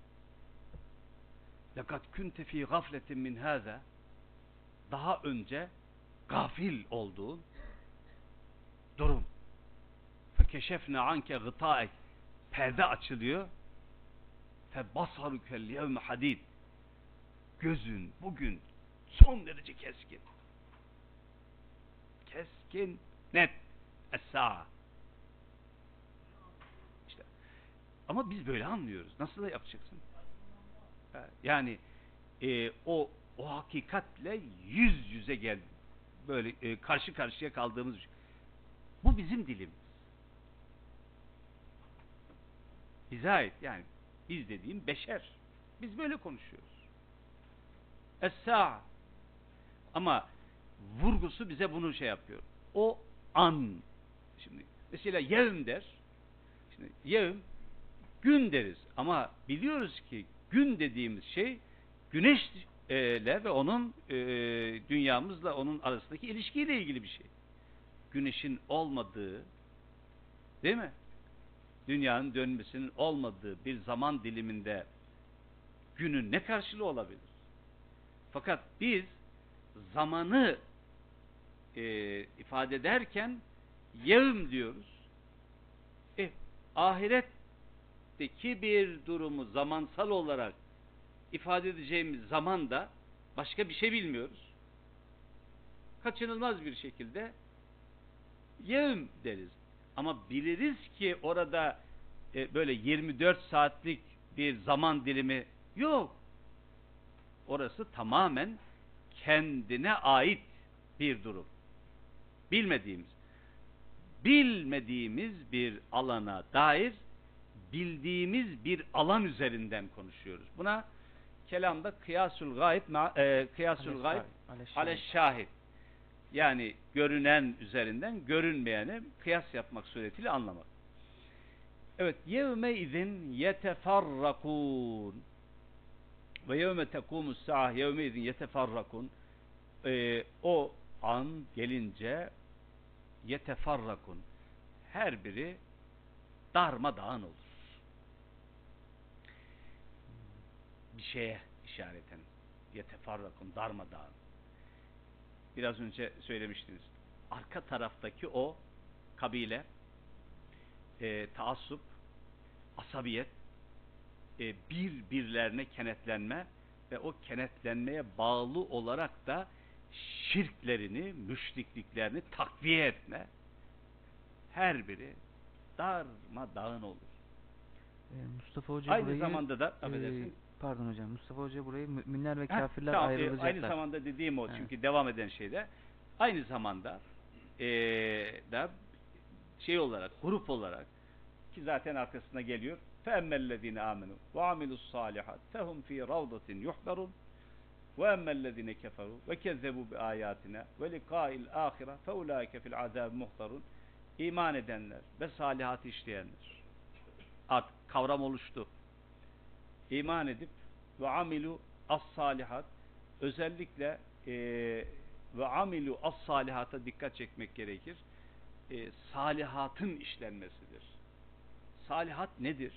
لَقَدْ كُنْتَ ف۪ي غَفْلَةٍ مِنْ هَذَا. Daha önce gafil olduğun durum. فَكَشَفْنَا عَنْكَ غِطَائِكَ. Perde açılıyor. فَبَصَرُكَ الْيَوْمَ حَد۪يدٍ. Gözün bugün son derece keskin. Keskin, net. Es-sa'a. İşte. Ama biz böyle anlıyoruz. Nasıl da yapacaksın? Yani e, o o hakikatle yüz yüze geldi. Böyle e, karşı karşıya kaldığımız. Bu bizim dilimiz. Bize ait. Yani biz dediğim beşer. Biz böyle konuşuyoruz. Es-sa'a. Ama vurgusu bize bunu şey yapıyor. O an. Şimdi mesela yevm der. Şimdi yevm gün deriz. Ama biliyoruz ki gün dediğimiz şey güneşle ve onun e, dünyamızla onun arasındaki ilişkiyle ilgili bir şey. Güneşin olmadığı, değil mi? Dünyanın dönmesinin olmadığı bir zaman diliminde günün ne karşılığı olabilir? Fakat biz zamanı e, ifade ederken yevm diyoruz. E, ahiretteki bir durumu zamansal olarak ifade edeceğimiz zaman da başka bir şey bilmiyoruz. Kaçınılmaz bir şekilde yevm deriz. Ama biliriz ki orada e, böyle yirmi dört saatlik bir zaman dilimi yok. Orası tamamen kendine ait bir durum. Bilmediğimiz. Bilmediğimiz bir alana dair bildiğimiz bir alan üzerinden konuşuyoruz. Buna kelamda kıyasül gayb, e, kıyasül gayb ale şahit. Yani görünen üzerinden görünmeyene kıyas yapmak suretiyle anlamak. Evet, yevme izin yetefarrakun ve yevme tekumus saah yevme izin yetefarrakun. Ee, o an gelince yetefarrakun, her biri darmadağın olur. Bir şeye işareten yetefarrakun, darmadağın. Biraz önce söylemiştiniz. Arka taraftaki o kabile, e, taassup, asabiyet, e, birbirlerine kenetlenme ve o kenetlenmeye bağlı olarak da şirklerini, müşrikliklerini takviye etme, her biri darmadağın olur. Ee, Mustafa Hoca Aynı burayı, zamanda da e, pardon hocam, Mustafa Hoca burayı müminler ve Heh, kafirler tamam, ayrılacaklar. aynı zamanda dediğim o, Evet. çünkü devam eden şeyde aynı zamanda e, da şey olarak, grup olarak, ki zaten arkasına geliyor, فَاَمَّا الَّذ۪ينَ آمَنُوا وَعَمِلُوا الصَّالِحَاتِ فَهُمْ ف۪ي رَوْضَةٍ يُحْبَرُونَ وَاَمَّا الَّذ۪ينَ كَفَرُوا وَكَذَّبُوا بِآيَاتِنَا وَلِقَاءِ الْآخِرَةِ فَاُولَٰئِكَ فِي الْعَذَابِ مُحْضَرُونَ. İman edenler ve salihat işleyenler. Artık kavram oluştu. İman edip ve amilu as-salihat, özellikle e, ve amilu as-salihata dikkat çekmek gerekir. E, salihatın işlenmesidir. Salihat nedir?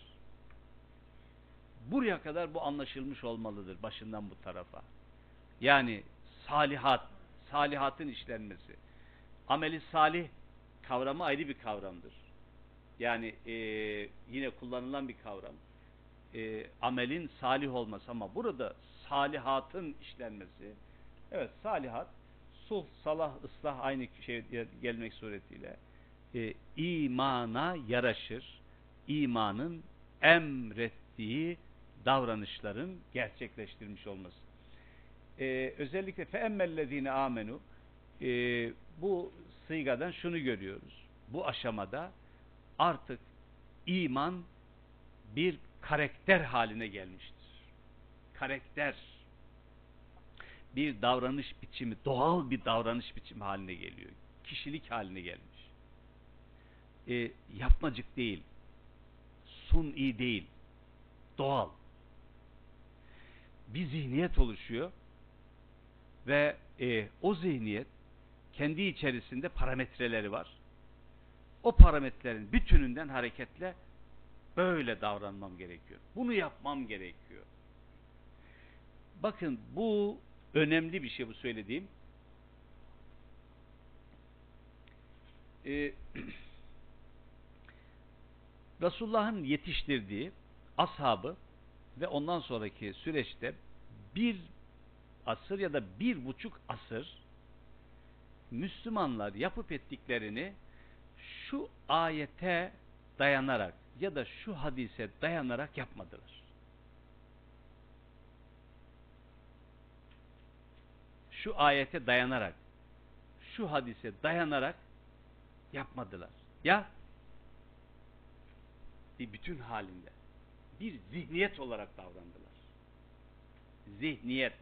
Buraya kadar bu anlaşılmış olmalıdır başından bu tarafa. Yani salihat, salihatın işlenmesi. Ameli salih kavramı ayrı bir kavramdır. Yani e, yine kullanılan bir kavram. E, amelin salih olması, ama burada salihatın işlenmesi. Evet, salihat, sulh, salah, ıslah aynı şey gelmek suretiyle e, imana yaraşır. İmanın emrettiği davranışların gerçekleştirmiş olması. E, özellikle feemmellezine amenu, e, bu sıygadan şunu görüyoruz. Bu aşamada artık iman bir karakter haline gelmiştir. Karakter, bir davranış biçimi, doğal bir davranış biçimi haline geliyor. Kişilik haline gelmiş. E, yapmacık değil, suni değil, doğal. Bir zihniyet oluşuyor ve e, o zihniyet kendi içerisinde parametreleri var. O parametrelerin bütününden hareketle böyle davranmam gerekiyor. Bunu yapmam gerekiyor. Bakın, bu önemli bir şey, bu söylediğim. Ee, Resulullah'ın yetiştirdiği ashabı ve ondan sonraki süreçte bir asır ya da bir buçuk asır Müslümanlar yapıp ettiklerini şu ayete dayanarak ya da şu hadise dayanarak yapmadılar. Şu ayete dayanarak, şu hadise dayanarak yapmadılar. Ya bir bütün halinde, bir zihniyet olarak davrandılar. Zihniyet.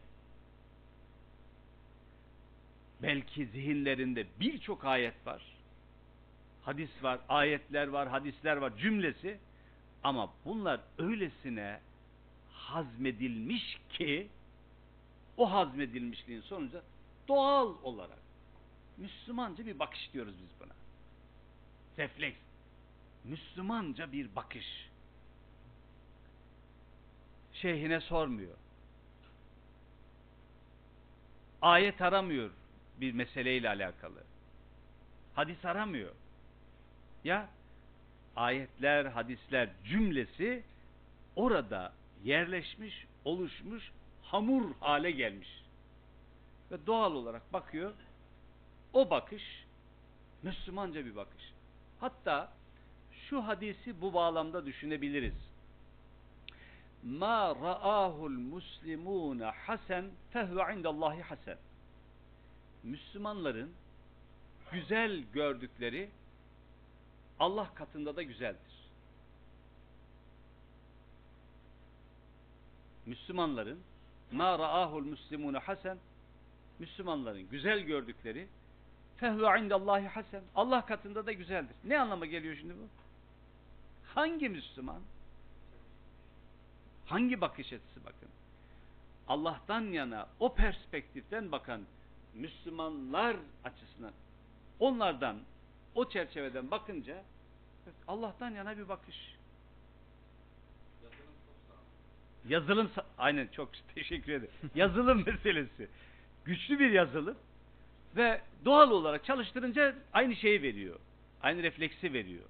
Belki zihinlerinde birçok ayet var, hadis var, ayetler var, hadisler var, cümlesi, ama bunlar öylesine hazmedilmiş ki o hazmedilmişliğin sonucu doğal olarak Müslümanca bir bakış diyoruz biz buna. Refleks. Müslümanca bir bakış. Şeyhine sormuyor. Ayet aramıyor bir meseleyle alakalı. Hadis aramıyor. Ya ayetler, hadisler cümlesi orada yerleşmiş, oluşmuş, hamur hale gelmiş. Ve doğal olarak bakıyor. O bakış Müslümanca bir bakış. Hatta şu hadisi bu bağlamda düşünebiliriz. Ma ra'ahul muslimuna hasen fehve indallahi hasen. Müslümanların güzel gördükleri Allah katında da güzeldir. Müslümanların ma ra'ahul muslimune hasen, Müslümanların güzel gördükleri fehve indallahi hasen, Allah katında da güzeldir. Ne anlama geliyor şimdi bu? Hangi Müslüman? Hangi bakış açısı bakın? Allah'tan yana o perspektiften bakan Müslümanlar açısından, onlardan o çerçeveden bakınca Allah'tan yana bir bakış. Yazılım, aynen, çok teşekkür ederim. Yazılım meselesi. Güçlü bir yazılım ve doğal olarak çalıştırınca aynı şeyi veriyor. Aynı refleksi veriyor.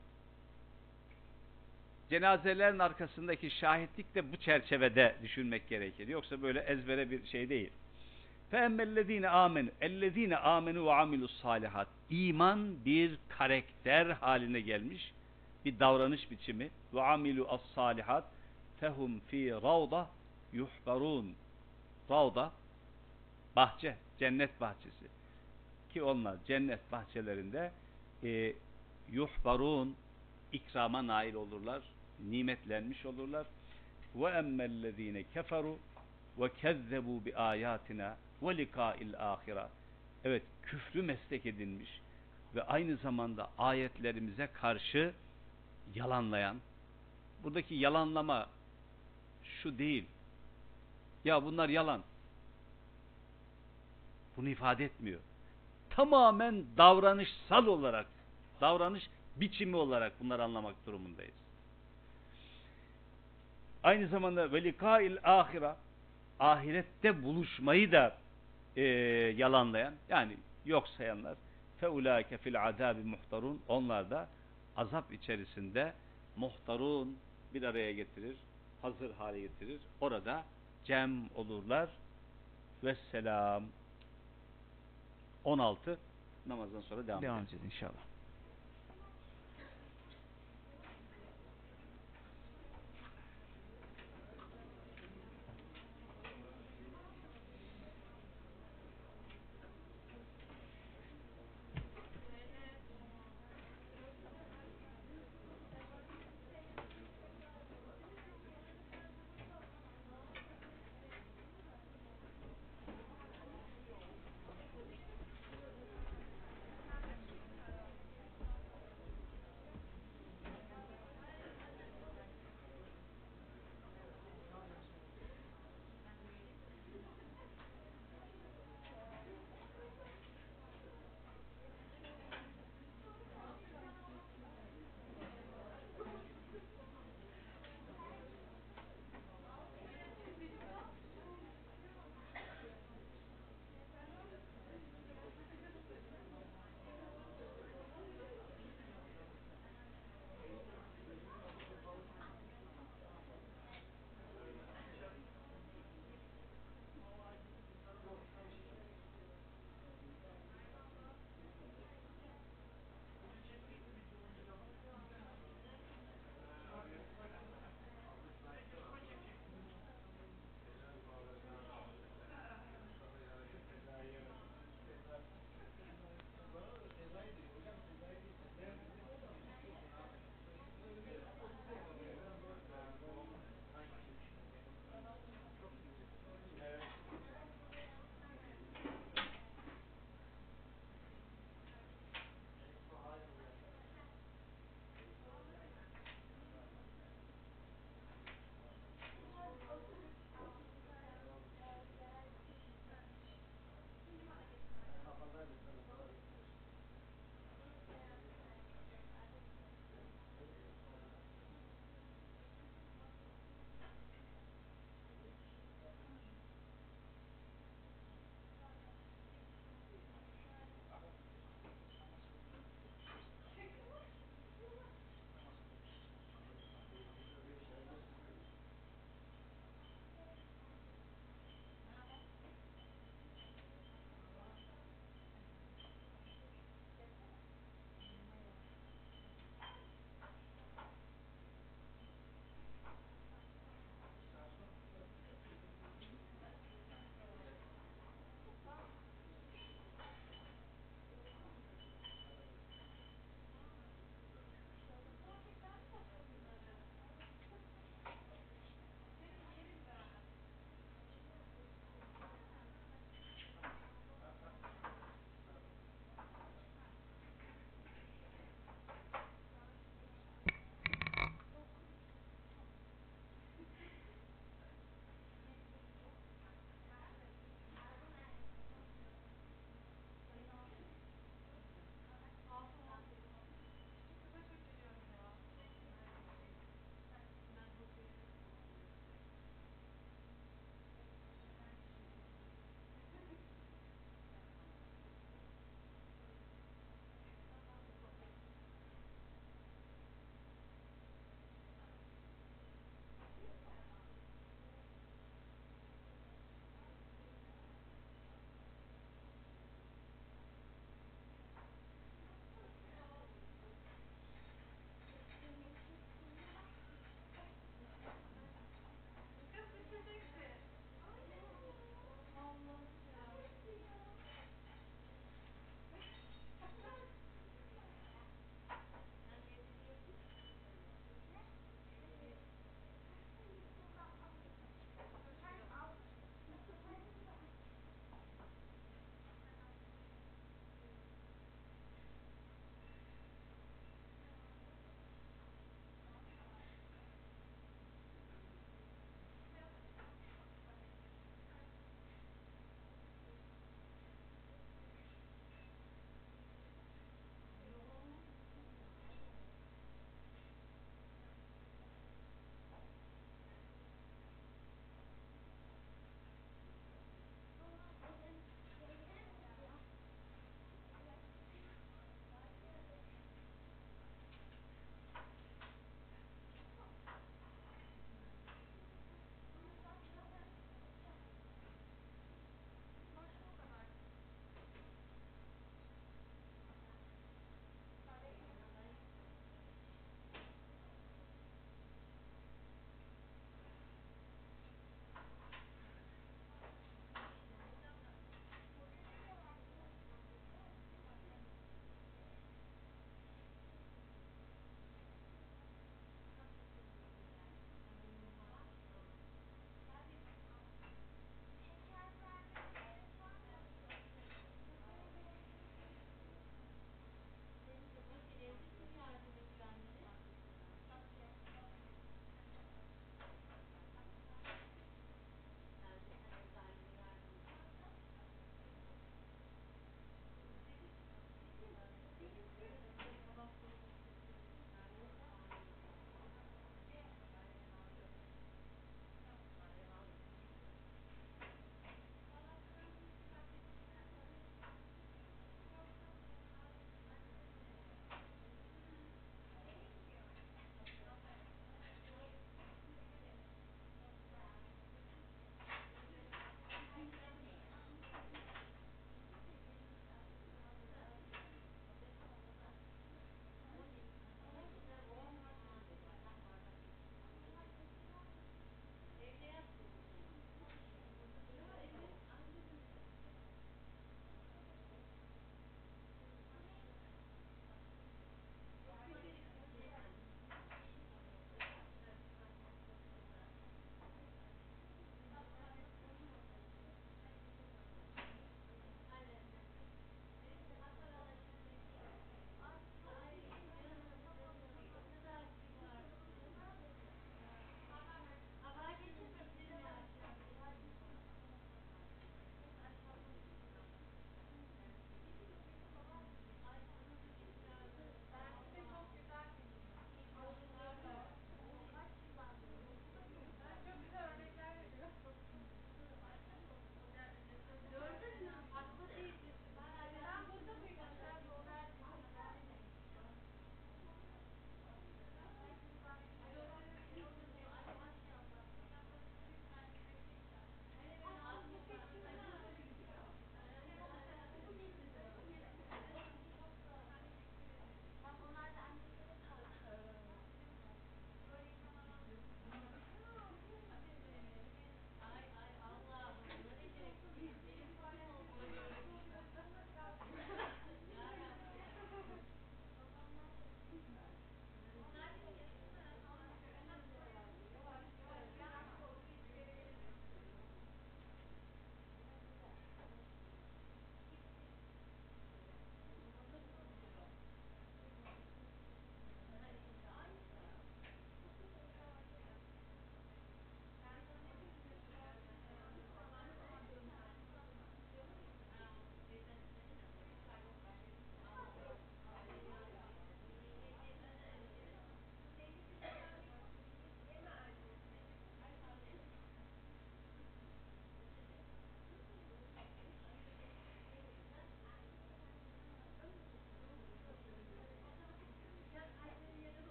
Cenazelerin arkasındaki şahitlik de bu çerçevede düşünmek gerekir. Yoksa böyle ezbere bir şey değil. فَاَمَّا amenu, اَلَّذ۪ينَ amenu ve amilus salihat. İman bir karakter haline gelmiş, bir davranış biçimi. Ve amilu as-salihat fehum fi ravda yuhbarun. Ravda, bahçe, cennet bahçesi. Ki onlar cennet bahçelerinde e, yuhbarun, ikrama nail olurlar, nimetlenmiş olurlar. Ve emmellezine keferu ve kezzebu bi ayatina ve lika'il ahire. Evet, küfrü meslek edinmiş ve aynı zamanda ayetlerimize karşı yalanlayan. Buradaki yalanlama şu değil. Ya bunlar yalan. Bunu ifade etmiyor. Tamamen davranışsal olarak, davranış biçimi olarak bunları anlamak durumundayız. Aynı zamanda velikail ahira, ahirette buluşmayı da e, yalanlayan, yani yok sayanlar, feulaike fil azabi muhtarun, onlar da azap içerisinde muhtarun, bir araya getirir, hazır hale getirir. Orada cem olurlar. Vesselam. on altı namazdan sonra devam, Devam edeceğiz. edeceğiz inşallah.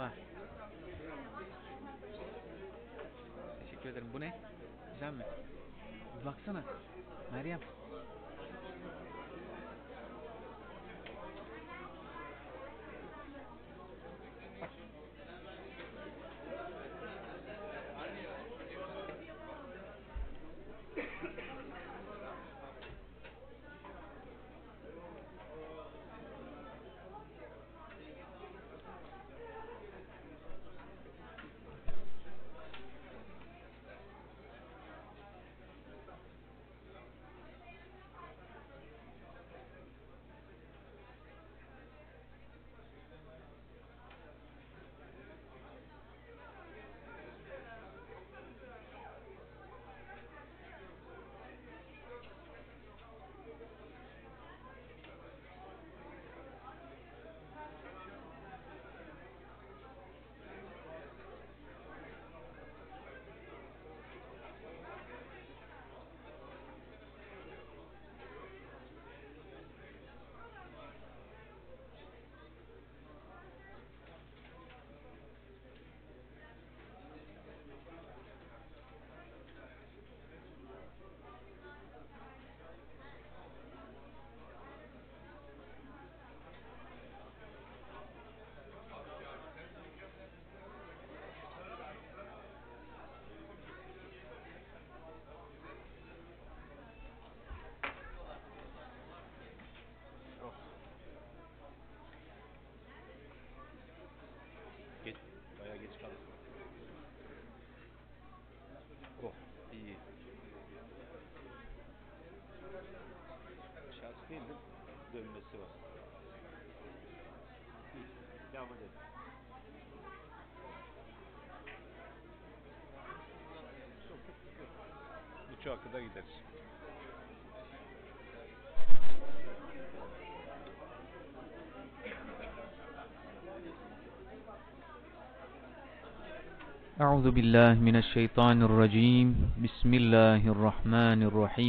Var. Teşekkür ederim. Bu ne? Güzel mi? Bir baksana. Meryem. Geç, bayağı geç kaldım. Oh, iyi. Şans değil mi? Dönmesi var. İyi, devam edelim. Buçuğa kadar gideriz. أعوذ بالله من الشيطان الرجيم بسم الله الرحمن الرحيم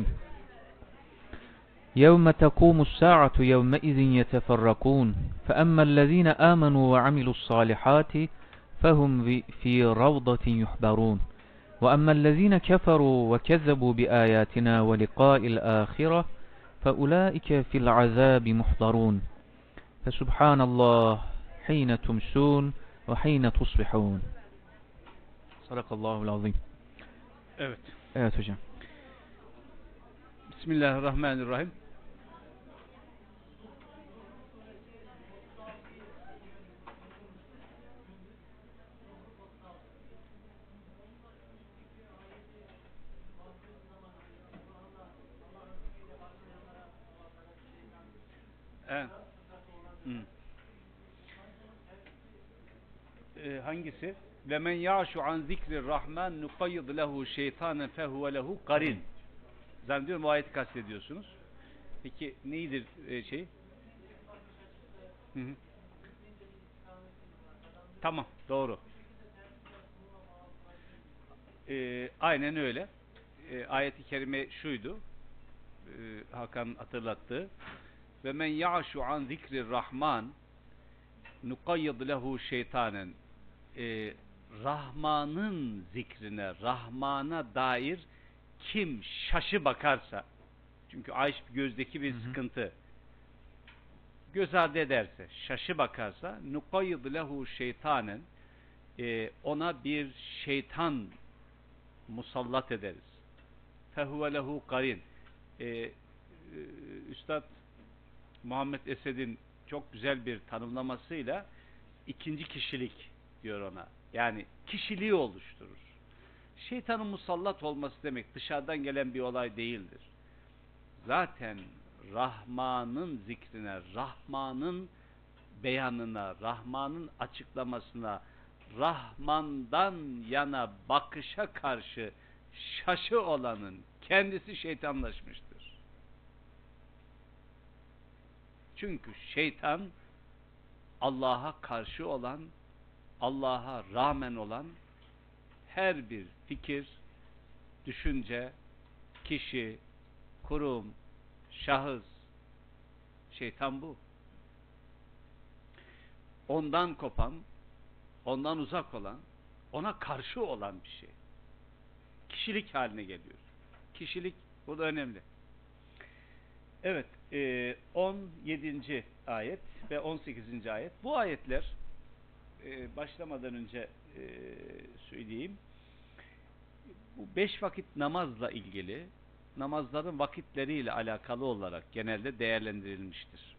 يوم تقوم الساعة يومئذ يتفرقون فأما الذين آمنوا وعملوا الصالحات فهم في روضة يحبرون وأما الذين كفروا وكذبوا بآياتنا ولقاء الآخرة فأولئك في العذاب محضرون فسبحان الله حين تمسون وحين تصبحون. Sadakallahul azim. Evet. Evet hocam. Bismillahirrahmanirrahim. Evet. Hmm. Ee, hangisi? Ve men ya'şu an zikri rahman nuqayyid lehu şeytanen fehuve lehu karin. Zannediyorum o ayeti kastediyorsunuz. Peki neydir e, şey? Hı hı. Tamam, doğru. Ee, aynen öyle. Ee, ayet-i kerime şuydu. Ee, Hakan hatırlattı. Ve men ya'şu an zikri rahman nuqayyid lehu şeytanen. Ee, Rahman'ın zikrine, Rahman'a dair kim şaşı bakarsa, çünkü ayş gözdeki bir hı hı. sıkıntı, göz ardı ederse, şaşı bakarsa, nuqayyid lehu şeytanen, e, ona bir şeytan musallat ederiz. Fehuve lehu karin. E, e, Üstad Muhammed Esed'in çok güzel bir tanımlamasıyla ikinci kişilik diyor ona. Yani kişiliği oluşturur. Şeytanın musallat olması demek dışarıdan gelen bir olay değildir. Zaten Rahman'ın zikrine, Rahman'ın beyanına, Rahman'ın açıklamasına, Rahman'dan yana bakışa karşı şaşı olanın kendisi şeytanlaşmıştır. Çünkü şeytan Allah'a karşı olan, Allah'a rağmen olan her bir fikir, düşünce, kişi, kurum, şahıs, şeytan bu. Ondan kopan, ondan uzak olan, ona karşı olan bir şey. Kişilik haline geliyor. Kişilik, bu da önemli. Evet, e, on yedinci ayet ve on sekizinci ayet. Bu ayetler, e, başlamadan önce e, söyleyeyim, bu beş vakit namazla ilgili, namazların vakitleriyle alakalı olarak genelde değerlendirilmiştir.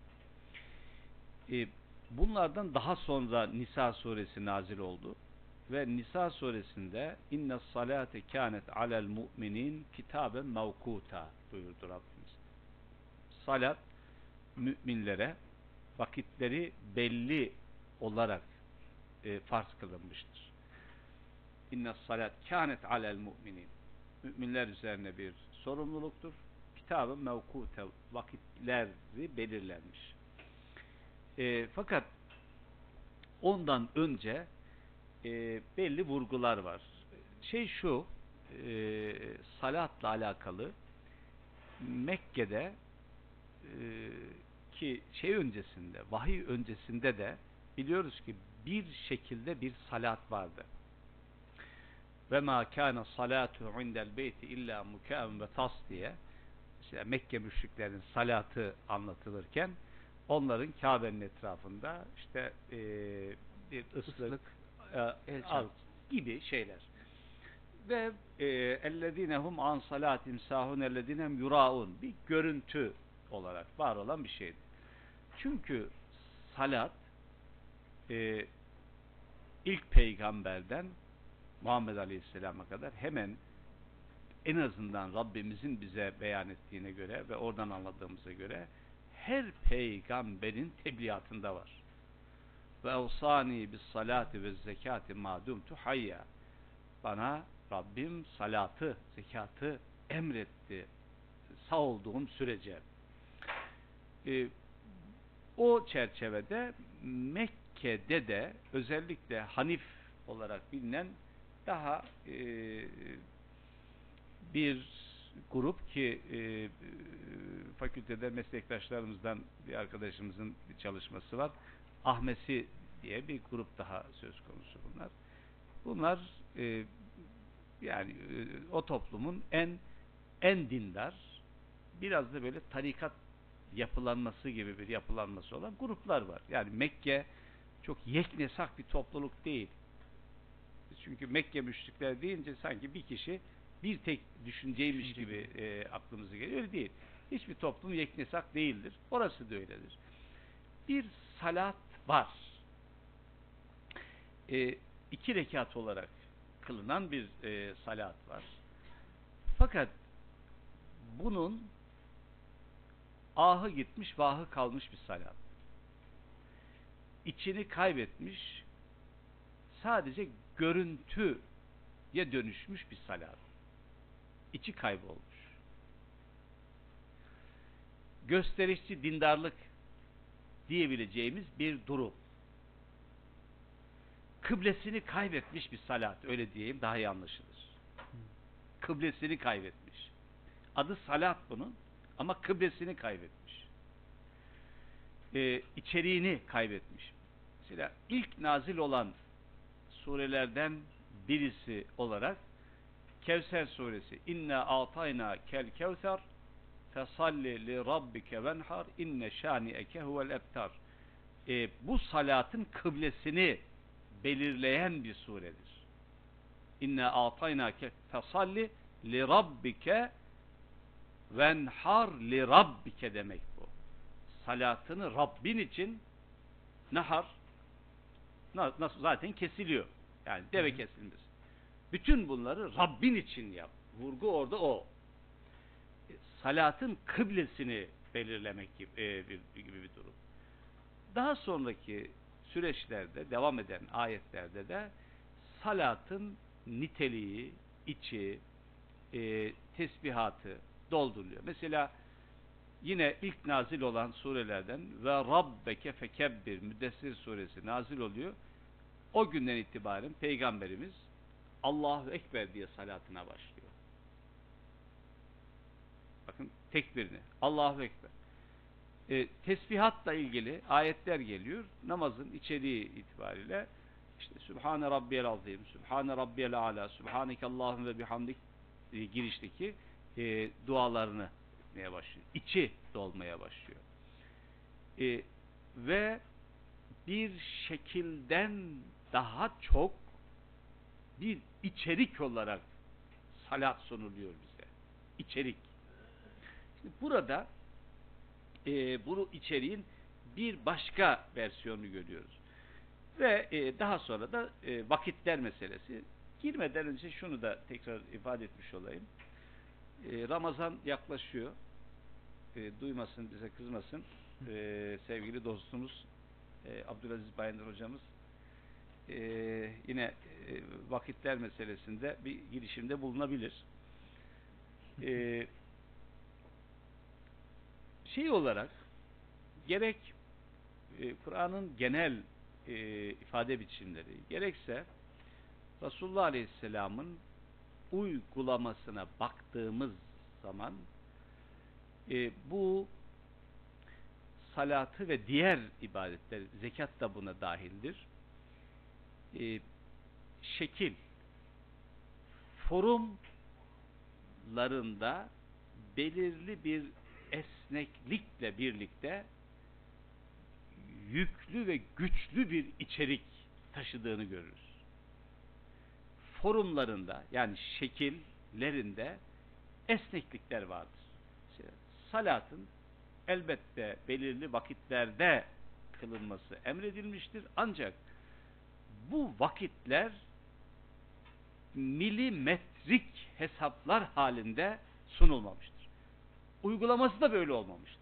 E, bunlardan daha sonra Nisa suresi nazil oldu ve Nisa suresinde inne salate kânet alel mu'minin kitaben mevkuta buyurdu Rabbimiz. Salat müminlere vakitleri belli olarak e, farz kılınmıştır. İnne salat kânet alel mu'minin. Müminler üzerine bir sorumluluktur. Kitabın mevkute, vakitleri belirlenmiş. E, fakat ondan önce e, belli vurgular var. Şey şu, e, salatla alakalı Mekke'de e, ki şey öncesinde, vahiy öncesinde de biliyoruz ki bir şekilde bir salat vardı. Ve ma kana salatu indel beyti illa mukaven ve tas diye işte Mekke müşriklerinin salatı anlatılırken onların Kabe'nin etrafında işte e, bir ıslık, Islık, e, el al çarpı. gibi şeyler. Ve ellezinehum an salatim sahun ellezinem yuraun bir görüntü olarak var olan bir şeydi. Çünkü salat e, ilk peygamberden Muhammed Aleyhisselam'a kadar hemen en azından Rabbimizin bize beyan ettiğine göre ve oradan anladığımıza göre her peygamberin tebliğatında var. Ve evsani bis salati ve zekati ma dumtu hayya. Bana Rabbim salatı, zekatı emretti sağ olduğum sürece. Ee, o çerçevede Mekke'de de özellikle Hanif olarak bilinen daha e, bir grup ki e, fakültede meslektaşlarımızdan bir arkadaşımızın bir çalışması var. Ahmesi diye bir grup daha söz konusu bunlar. Bunlar e, yani e, o toplumun en en dindar, biraz da böyle tarikat yapılanması gibi bir yapılanması olan gruplar var. Yani Mekke çok yeknesak bir topluluk değil. Çünkü Mekke müşrikler deyince sanki bir kişi bir tek düşünceymiş gibi e, aklımıza geliyor. Öyle değil. Hiçbir toplum yeknesak değildir. Orası da öyledir. Bir salat var. E, iki rekat olarak kılınan bir e, salat var. Fakat bunun ahı gitmiş, vahı kalmış bir salat. İçini kaybetmiş, sadece görüntüye dönüşmüş bir salat. İçi kaybolmuş. Gösterişçi dindarlık diyebileceğimiz bir durum. Kıblesini kaybetmiş bir salat, öyle diyeyim daha iyi anlaşılır. Kıblesini kaybetmiş. Adı salat bunun ama kıblesini kaybetmiş. Ee, içeriğini kaybetmiş. Mesela ilk nazil olan surelerden birisi olarak Kevser suresi. İnna a'tayna kel kevser fesalli li rabbike venhar inne şani'eke huvel ebtar. Ee, bu salatın kıblesini belirleyen bir suredir. İnna a'tayna fesalli li rabbike venhar li rabbike demek bu. Salatını Rabbin için nahar nasıl zaten kesiliyor. Yani deve kesilmesi. Bütün bunları Rabbin için yap. Vurgu orada o. Salatın kıblesini belirlemek gibi, e, bir, gibi bir durum. Daha sonraki süreçlerde, devam eden ayetlerde de salatın niteliği, içi, e, tesbihatı dolduruluyor. Mesela yine ilk nazil olan surelerden ve Rabbeke fekebbir Müddessir suresi nazil oluyor. O günden itibaren Peygamberimiz Allahu Ekber diye salatına başlıyor. Bakın tekbirini. Allahu Ekber. E, tesbihatla ilgili ayetler geliyor. Namazın içeriği itibariyle İşte Sübhane Rabbiyel Azim, Sübhane Rabbiyel Ala, Sübhaneke Allahümme ve bihamdik e, girişteki e, dualarını etmeye başlıyor. İçi dolmaya başlıyor. E, ve bir şekilden daha çok bir içerik olarak salat sunuluyor bize. İçerik. Şimdi burada e, bu içeriğin bir başka versiyonunu görüyoruz. Ve e, daha sonra da e, vakitler meselesi. Girmeden önce şunu da tekrar ifade etmiş olayım. E, Ramazan yaklaşıyor. E, duymasın, bize kızmasın. E, sevgili dostumuz e, Abdülaziz Bayındır hocamız e, yine e, vakitler meselesinde bir girişimde bulunabilir. E, şey olarak gerek e, Kur'an'ın genel e, ifade biçimleri, gerekse Resulullah Aleyhisselam'ın uygulamasına baktığımız zaman e, bu salatı ve diğer ibadetler, zekat da buna dahildir. E, şekil, formlarında belirli bir esneklikle birlikte yüklü ve güçlü bir içerik taşıdığını görürüz. Forumlarında yani şekillerinde esneklikler vardır. İşte salatın elbette belirli vakitlerde kılınması emredilmiştir. Ancak bu vakitler milimetrik hesaplar halinde sunulmamıştır. Uygulaması da böyle olmamıştır.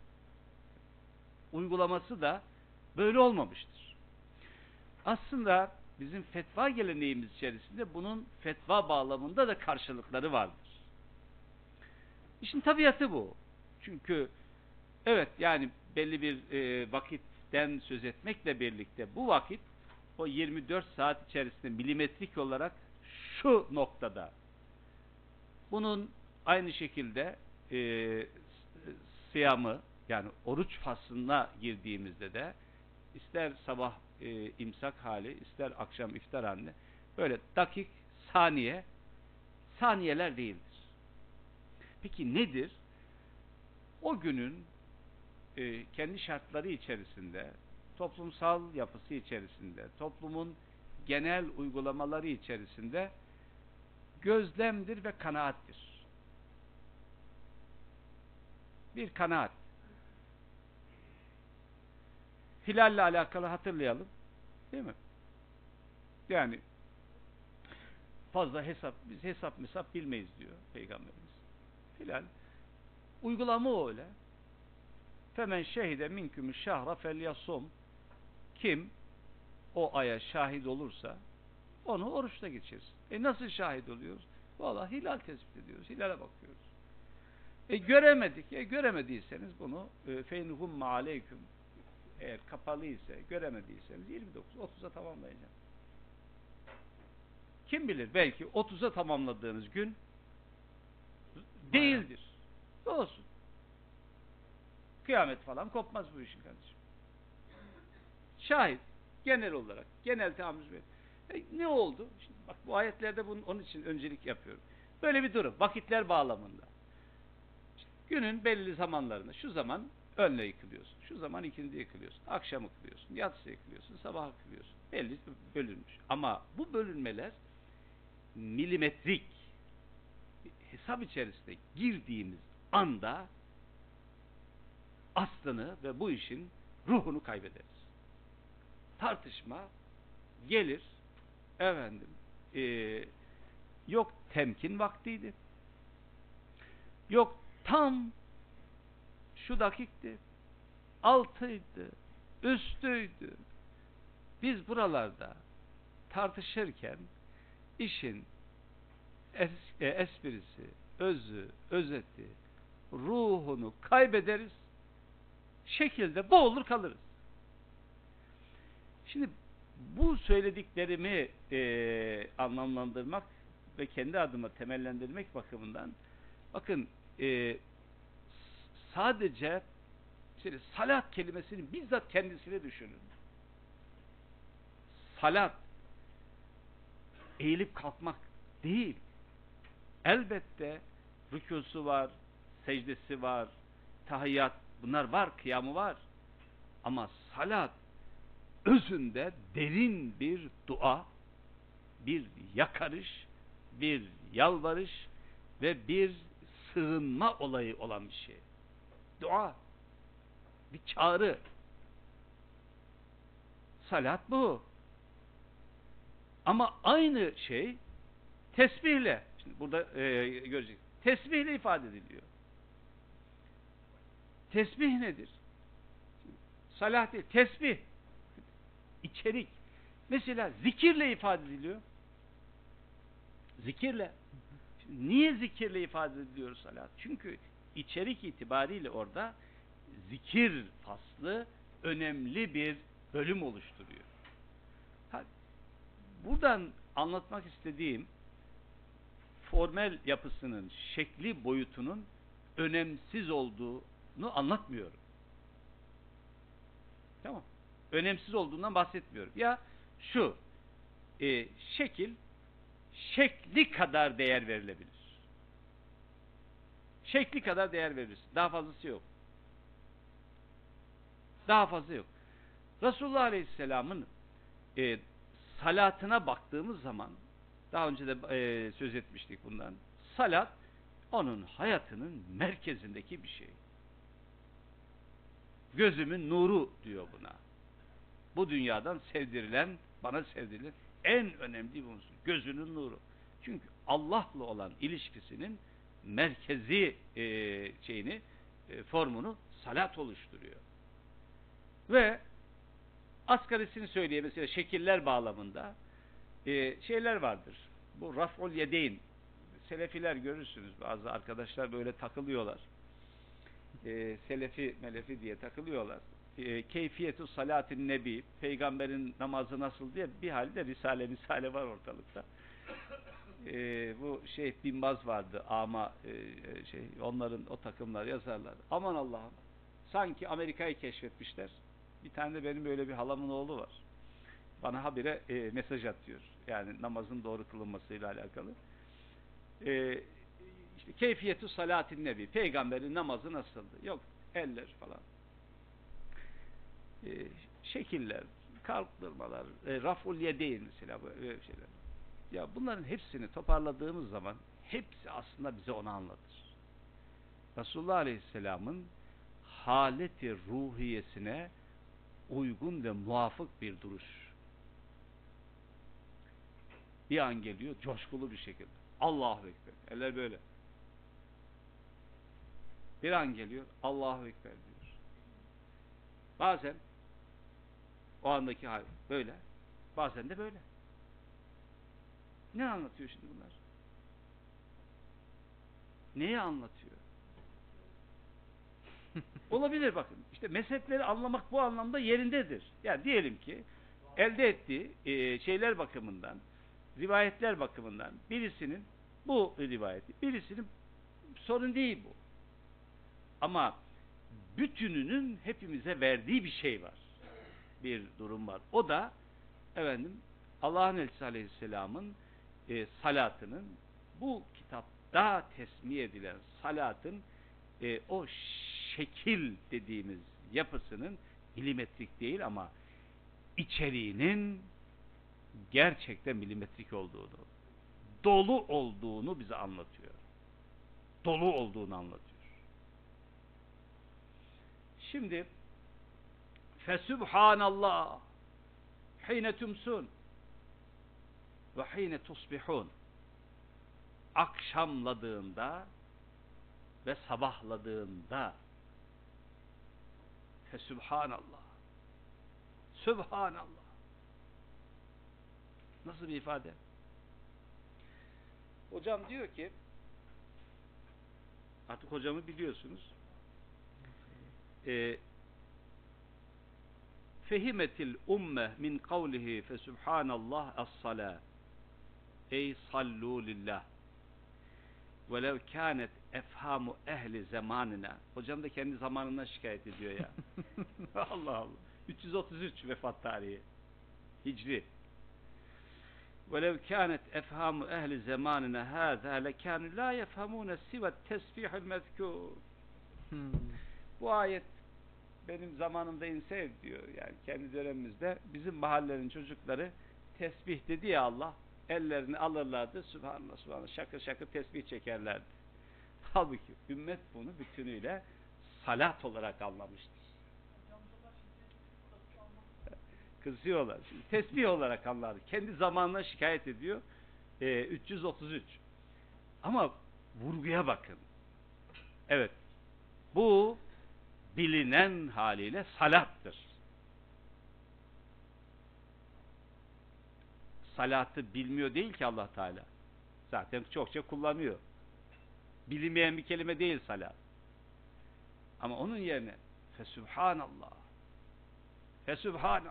Uygulaması da böyle olmamıştır. Aslında bizim fetva geleneğimiz içerisinde bunun fetva bağlamında da karşılıkları vardır. İşin tabiatı bu. Çünkü evet yani belli bir e, vakitten söz etmekle birlikte bu vakit o yirmi dört saat içerisinde milimetrik olarak şu noktada. Bunun aynı şekilde e, sıyamı yani oruç faslına girdiğimizde de ister sabah e, imsak hali, ister akşam iftar halinde böyle dakik, saniye, saniyeler değildir. Peki nedir? O günün e, kendi şartları içerisinde, toplumsal yapısı içerisinde, toplumun genel uygulamaları içerisinde gözlemdir ve kanaattir. Bir kanaat. Hilalle alakalı hatırlayalım. Değil mi? Yani fazla hesap, biz hesap mesap bilmeyiz diyor Peygamberimiz. Hilal. Uygulama öyle. Femen şehide minkümü şahra felyasum. Kim o aya şahit olursa onu oruçta geçirsin. E nasıl şahit oluyoruz? Vallahi hilal tespit ediyoruz. Hilale bakıyoruz. E göremedik. E göremediyseniz bunu e, feynuhum aleyküm eğer kapalı ise göremediyseniz yirmi dokuz otuza tamamlayacağım. Kim bilir belki otuza tamamladığınız gün değildir. Olsun. Kıyamet falan kopmaz bu işin kardeşim. Şahit genel olarak genel tahammül ver. E, ne oldu? Şimdi bak bu ayetlerde bunun onun için öncelik yapıyorum. Böyle bir durum. Vakitler bağlamında. İşte günün belli zamanlarında şu zaman önle yıkılıyorsun. Şu zaman ikindi yıkılıyorsun. Akşam yıkılıyorsun. Yatsı yıkılıyorsun. Sabah yıkılıyorsun. Belli bölünmüş. Ama bu bölünmeler milimetrik hesap içerisinde girdiğimiz anda aslını ve bu işin ruhunu kaybederiz. Tartışma gelir efendim e, yok temkin vaktiydi. Yok tam şu dakikti. Altıydı. Üstüydü. Biz buralarda tartışırken işin es, e, esprisi, özü, özeti, ruhunu kaybederiz. Şekilde boğulur kalırız. Şimdi bu söylediklerimi e, anlamlandırmak ve kendi adıma temellendirmek bakımından bakın e, sadece işte salat kelimesinin bizzat kendisini düşünün. salat eğilip kalkmak değil. Elbette rükûsu var, secdesi var, tahiyyat, bunlar var, kıyamı var. Ama salat özünde derin bir dua, bir yakarış, bir yalvarış ve bir sığınma olayı olan bir şey. Dua, bir çağrı. Salat bu. Ama aynı şey tesbihle, şimdi burada e, göreceğiz. Tesbihle ifade ediliyor. Tesbih nedir? Salat değil, tesbih. İçerik. Mesela zikirle ifade ediliyor. Zikirle. Şimdi niye zikirle ifade ediliyor salat? Çünkü içerik itibariyle orada zikir faslı önemli bir bölüm oluşturuyor. Ha, buradan anlatmak istediğim formel yapısının, şekli boyutunun önemsiz olduğunu anlatmıyorum. Tamam. Önemsiz olduğundan bahsetmiyorum. Ya şu, e, şekil, şekli kadar değer verilebilir. Şekli kadar değer verirsin. Daha fazlası yok. Daha fazla yok. Resulullah Aleyhisselam'ın e, salatına baktığımız zaman, daha önce de e, söz etmiştik bundan. Salat, onun hayatının merkezindeki bir şey. Gözümün nuru diyor buna. Bu dünyadan sevdirilen, bana sevdirilen en önemli bir unsur. Gözünün nuru. Çünkü Allah'la olan ilişkisinin merkezi e, şeyini, e, formunu salat oluşturuyor. Ve asgarisini söyleyeyim, mesela şekiller bağlamında e, şeyler vardır. Bu raf'ul yedeyn. Selefiler görürsünüz, bazı arkadaşlar böyle takılıyorlar. E, selefi melefi diye takılıyorlar. E, keyfiyetu salatin nebi, peygamberin namazı nasıl diye bir halde risale misale var ortalıkta. E, bu şey Binbaz vardı ama e, şey onların o takımlar yazarlar. Aman Allah'ım, sanki Amerika'yı keşfetmişler. Bir tane de benim böyle bir halamın oğlu var. Bana habire e, mesaj atıyor. Yani namazın doğru kılınmasıyla alakalı. E, işte keyfiyetu salatin nebi, peygamberin namazı nasıldı? Yok, eller falan. E, şekiller, kalktırmalar, e, raf'ul yedeyn mesela böyle şeyler. Ya bunların hepsini toparladığımız zaman hepsi aslında bize onu anlatır. Resulullah Aleyhisselam'ın haleti ruhiyesine uygun ve muvafık bir duruş. Bir an geliyor coşkulu bir şekilde. Allahu Ekber. Eller böyle. Bir an geliyor Allahu Ekber diyor. Bazen o andaki hal böyle. Bazen de böyle. Ne anlatıyor şimdi bunlar? Neyi anlatıyor? Olabilir bakın. İşte mezhepleri anlamak bu anlamda yerindedir. Yani diyelim ki elde ettiği e, şeyler bakımından, rivayetler bakımından birisinin bu rivayeti, birisinin sorun değil bu. Ama bütününün hepimize verdiği bir şey var. Bir durum var. O da efendim Allah'ın Elçisi Aleyhisselam'ın e, salatının, bu kitapta tesmih edilen salatın e, o şekil dediğimiz yapısının milimetrik değil ama içeriğinin gerçekten milimetrik olduğunu, dolu olduğunu bize anlatıyor. Dolu olduğunu anlatıyor. Şimdi Fesubhanallah hine tumsun ve hine tusbihun, akşamladığında ve sabahladığında Fesubhanallah, Subhanallah. Nasıl bir ifade? Hocam diyor ki, artık hocamı biliyorsunuz, e, fehimetil umme min kavlihi fesubhanallah as-salâ, ey sallu lillah velev kânet efhamu ehli zamanına. Hocam da kendi zamanından şikayet ediyor ya. Allah Allah. üç yüz otuz üç vefat tarihi. Hicri. وَلَوْ كَانَتْ اَفْهَامُ اَهْلِ زَمَانِنَا هَذَا لَكَانُ لَا يَفْهَمُونَ سِوَ التَّسْبِيحِ الْمَذْكُورِ. Hmm. Bu ayet benim zamanımda inseydi diyor. Yani kendi dönemimizde bizim mahallenin çocukları tesbih dedi ya Allah, ellerini alırlardı, Sübhanallah, Sübhanallah, şakır şakır tesbih çekerlerdi. Halbuki ümmet bunu bütünüyle salat olarak anlamıştır. Kızıyorlar. Şimdi tesbih olarak anladı. Kendi zamanına şikayet ediyor. Ee, üç yüz otuz üç. Ama vurguya bakın. Evet. Bu bilinen haliyle salattır. Salatı bilmiyor değil ki Allah Teala. Zaten çokça kullanıyor. Bilinmeyen bir kelime değil salat. Ama onun yerine Fesübhanallah. Fesübhanallah.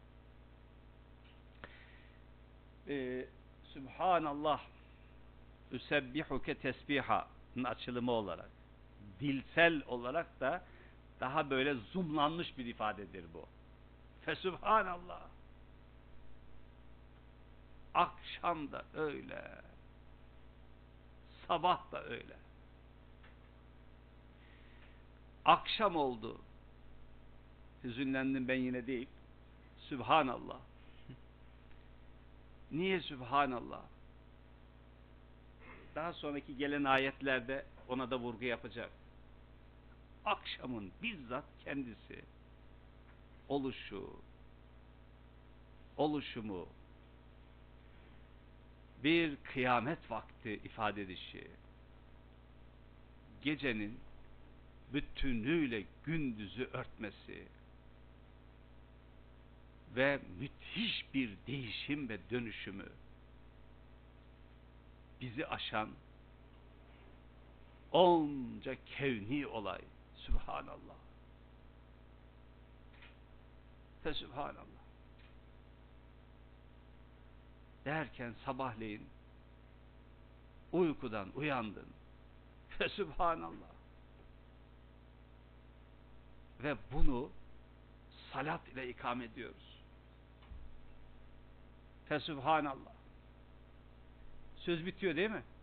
Ee, Sübhanallah. Üsebbihuke tesbiha'nın açılımı olarak. Dilsel olarak da daha böyle zoomlanmış bir ifadedir bu. Fesübhanallah. Akşam da öyle. Sabah da öyle. Akşam oldu. Hüzünlendim ben yine değil. Sübhanallah. Niye Sübhanallah? Daha sonraki gelen ayetlerde ona da vurgu yapacak. Akşamın bizzat kendisi oluşu, oluşumu, bir kıyamet vakti ifade edişi, gecenin bütünüyle gündüzü örtmesi ve müthiş bir değişim ve dönüşümü bizi aşan onca kevni olay. Sübhanallah. Fesübhanallah. Derken sabahleyin uykudan uyandın. Fesübhanallah. Ve bunu salat ile ikame ediyoruz. Fesübhanallah. Söz bitiyor değil mi?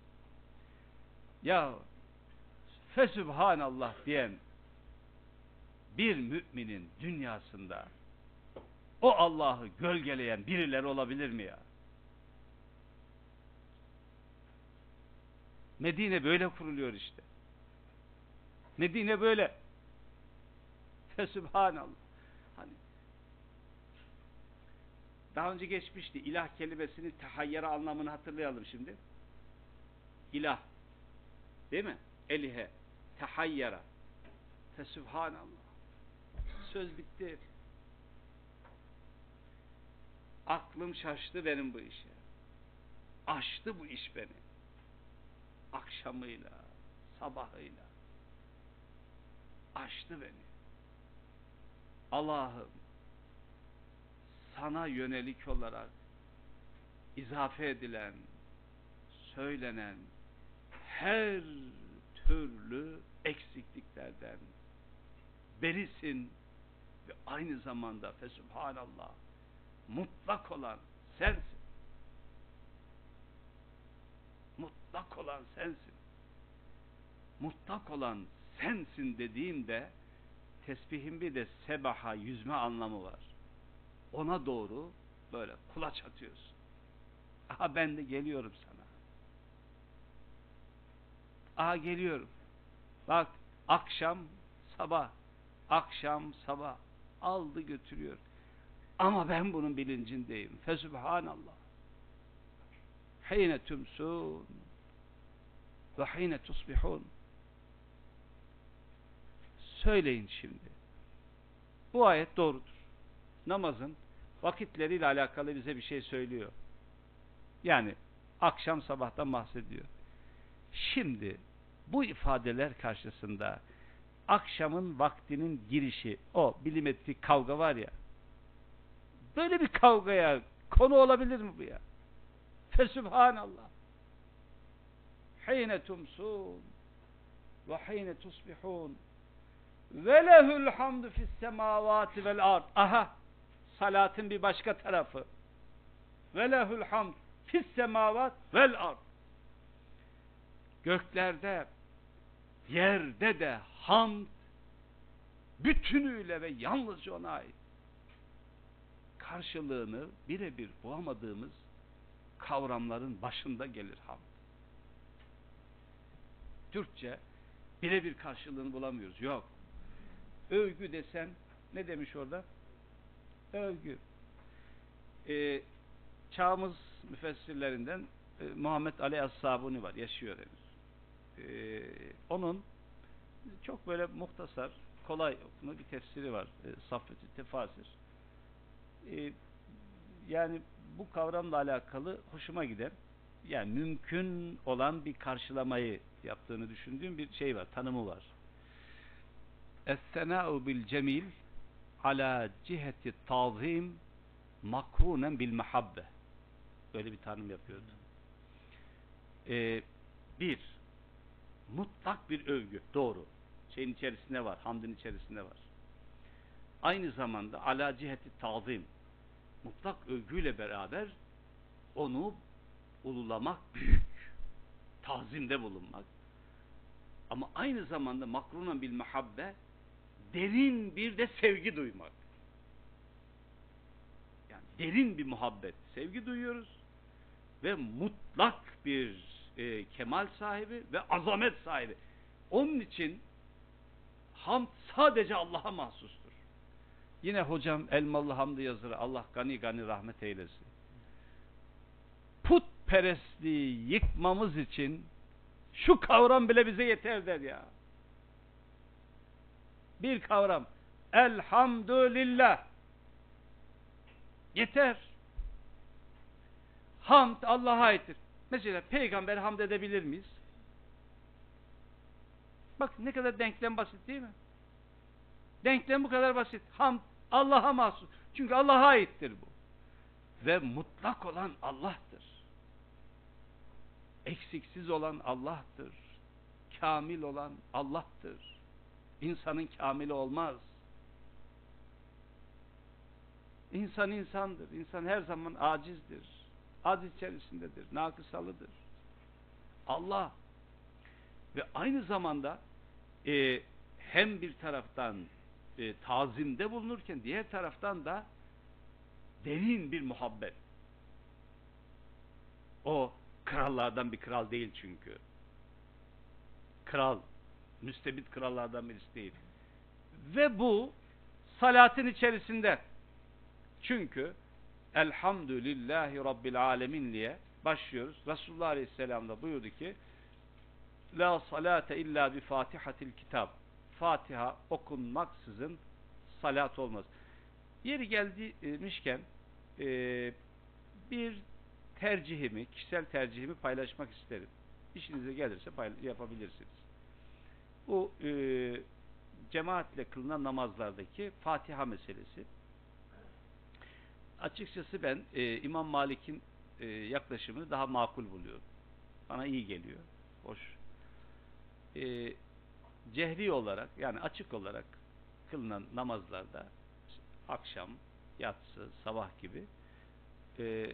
Ya Fesübhanallah diyen bir müminin dünyasında o Allah'ı gölgeleyen birileri olabilir mi ya? Medine böyle kuruluyor işte. Medine böyle. Fesübhanallah. Hani daha önce geçmişti. İlah kelimesinin tahayyara anlamını hatırlayalım şimdi. İlah. Değil mi? Elihe. Tahayyara. Fesübhanallah. Söz bitti. Aklım şaştı benim bu işe. Aştı bu iş beni. Akşamıyla, sabahıyla. Aştı beni. Allah'ım sana yönelik olarak izafe edilen, söylenen her türlü eksikliklerden berisin ve aynı zamanda Fesübhanallah mutlak olan sensin. Mutlak olan sensin. Mutlak olan sensin dediğimde tesbihin bir de sebaha, yüzme anlamı var. Ona doğru böyle kulaç atıyorsun. Aha ben de geliyorum sana. Aha geliyorum. Bak akşam sabah, akşam sabah aldı götürüyor. Ama ben bunun bilincindeyim. Fesübhanallah. Hine tümsûn ve hine tusbihun. Söyleyin şimdi. Bu ayet doğrudur. Namazın vakitleriyle alakalı bize bir şey söylüyor. Yani akşam sabahtan bahsediyor. Şimdi bu ifadeler karşısında akşamın vaktinin girişi, o milimetrik kavga var ya, böyle bir kavgaya konu olabilir mi bu ya? Fesübhanallah. Hine tumsun ve hine tusbihun ve lehul hamdu fis semavati vel ard. Aha, salatın bir başka tarafı. ve lehul hamd fis semavat vel ard. Göklerde, yerde de hamd bütünüyle ve yalnızca ona ait. Karşılığını birebir bulamadığımız kavramların başında gelir hamd. Türkçe birebir karşılığını bulamıyoruz. Yok. Övgü desen ne demiş orada? Övgü. Ee, çağımız müfessirlerinden e, Muhammed Ali As-Sabuni var. Yaşıyor henüz. Ee, onun çok böyle muhtasar, kolay okunu bir tefsiri var. E, Saffet-i Tefasir. Ee, yani bu kavramla alakalı hoşuma giden, yani mümkün olan bir karşılamayı yaptığını düşündüğüm bir şey var, tanımı var. Es-senâ'u bil cemil ala ciheti tazim makrunen bil mehabbe. Böyle bir tanım yapıyordu. Ee, bir, mutlak bir övgü, doğru. Şeyin içerisinde var, hamdın içerisinde var. Aynı zamanda ala ciheti tazim, mutlak övgüyle beraber onu ululamak, büyük, tazimde bulunmak. Ama aynı zamanda makrunen bil mehabbe, derin bir de sevgi duymak. Yani derin bir muhabbet, sevgi duyuyoruz ve mutlak bir e, kemal sahibi ve azamet sahibi. Onun için hamd sadece Allah'a mahsustur. Yine hocam Elmalı Hamdi yazarı, Allah gani gani rahmet eylesin. Putperestliği yıkmamız için şu kavram bile bize yeter der ya. Bir kavram. Elhamdülillah. Yeter. Hamd Allah'a aittir. Mesela peygamber hamd edebilir miyiz? Bak ne kadar denklem basit değil mi? Denklem bu kadar basit. Hamd Allah'a mahsus. Çünkü Allah'a aittir bu. Ve mutlak olan Allah'tır. Eksiksiz olan Allah'tır. Kamil olan Allah'tır. İnsanın kamili olmaz. İnsan insandır. İnsan her zaman acizdir. Aciz içerisindedir. Nakısalıdır. Allah ve aynı zamanda e, hem bir taraftan e, tazimde bulunurken diğer taraftan da derin bir muhabbet. O krallardan bir kral değil çünkü. Kral, müstebit krallardan birisi değil. Ve bu salatın içerisinde. Çünkü Elhamdülillahi Rabbil Alemin diye başlıyoruz. Resulullah Aleyhisselam da buyurdu ki La salate illa bi fatihatil kitab. Fatiha okunmaksızın salat olmaz. Yeri gelmişken e, bir tercihimi, kişisel tercihimi paylaşmak isterim. İşinize gelirse yapabilirsiniz. Bu e, cemaatle kılınan namazlardaki Fatiha meselesi. Açıkçası ben e, İmam Malik'in e, yaklaşımını daha makul buluyorum. Bana iyi geliyor. Hoş. E, cehri olarak, yani açık olarak kılınan namazlarda akşam, yatsı, sabah gibi e,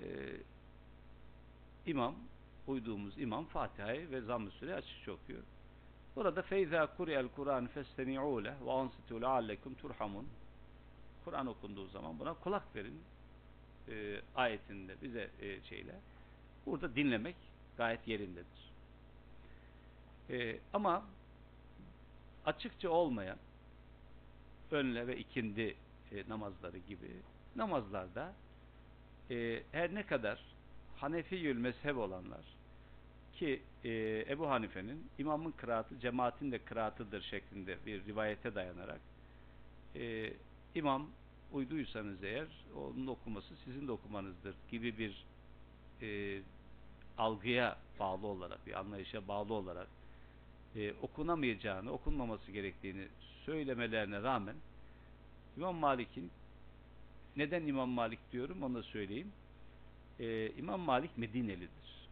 imam, uyduğumuz imam Fatiha'yı ve Zamm-ı Süre'yi açıkça okuyor. Burada feyza kuri'el Kur'an festemi'u leh ve ansitu leallekum turhamun. Kur'an okunduğu zaman buna kulak verin e, ayetinde bize e, şeyle. Burada dinlemek gayet yerindedir. E, ama açıkça olmayan önle ve ikindi e, namazları gibi namazlarda e, her ne kadar Hanefiyül mezhep olanlar ki e, Ebu Hanife'nin imamın kıraatı cemaatin de kıraatıdır şeklinde bir rivayete dayanarak e, imam uyduysanız eğer onun okuması sizin de okumanızdır gibi bir e, algıya bağlı olarak, bir anlayışa bağlı olarak e, okunamayacağını, okunmaması gerektiğini söylemelerine rağmen İmam Malik'in, neden İmam Malik diyorum onu da söyleyeyim. E, İmam Malik Medinelidir.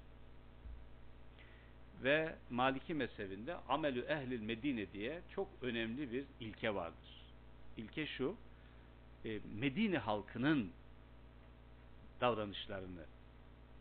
Ve Maliki mezhebinde amelü ehlil Medine diye çok önemli bir ilke vardır. İlke şu, e, Medine halkının davranışlarını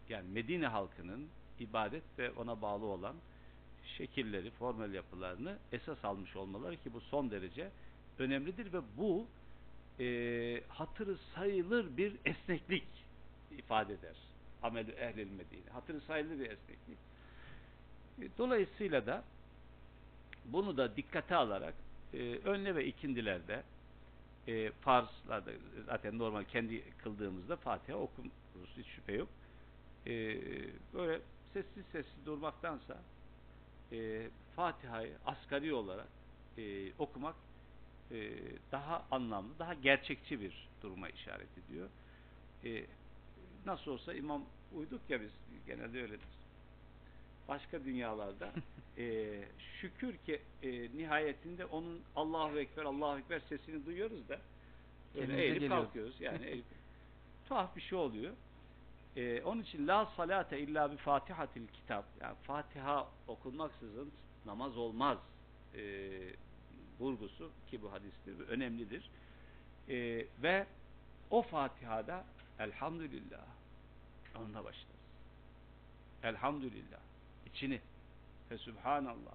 yani Medine halkının ibadet ve ona bağlı olan şekilleri, formel yapılarını esas almış olmaları ki bu son derece önemlidir ve bu e, hatırı sayılır bir esneklik ifade eder. Amel-i ehl-i Medine. Hatırı sayılır bir esneklik. E, dolayısıyla da bunu da dikkate alarak e, önle ve ikindilerde e, farzlarda zaten normal kendi kıldığımızda Fatiha okuruz. Hiç şüphe yok. E, böyle sessiz sessiz durmaktansa e, Fatiha'yı asgari olarak e, okumak e, daha anlamlı, daha gerçekçi bir duruma işaret ediyor. E, nasıl olsa imam uyduk ya biz, genelde öyledir. Başka dünyalarda e, şükür ki e, nihayetinde onun Allahu Ekber, Allahu Ekber sesini duyuyoruz da böyle Kendimize eğilip geliyoruz. kalkıyoruz. Yani eğilip, tuhaf bir şey oluyor. E, onun için la salate illa bi fatihatil kitap, yani Fatiha okunmaksızın namaz olmaz e, vurgusu ki bu hadistir, önemlidir. E, ve o Fatiha'da elhamdülillah onunla başlar. Elhamdülillah. İçini. Fe Sübhanallah.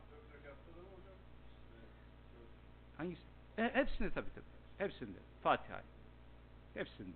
Hangisi? E, hepsinde tabii tabii. Hepsinde. Fatiha. Hepsinde.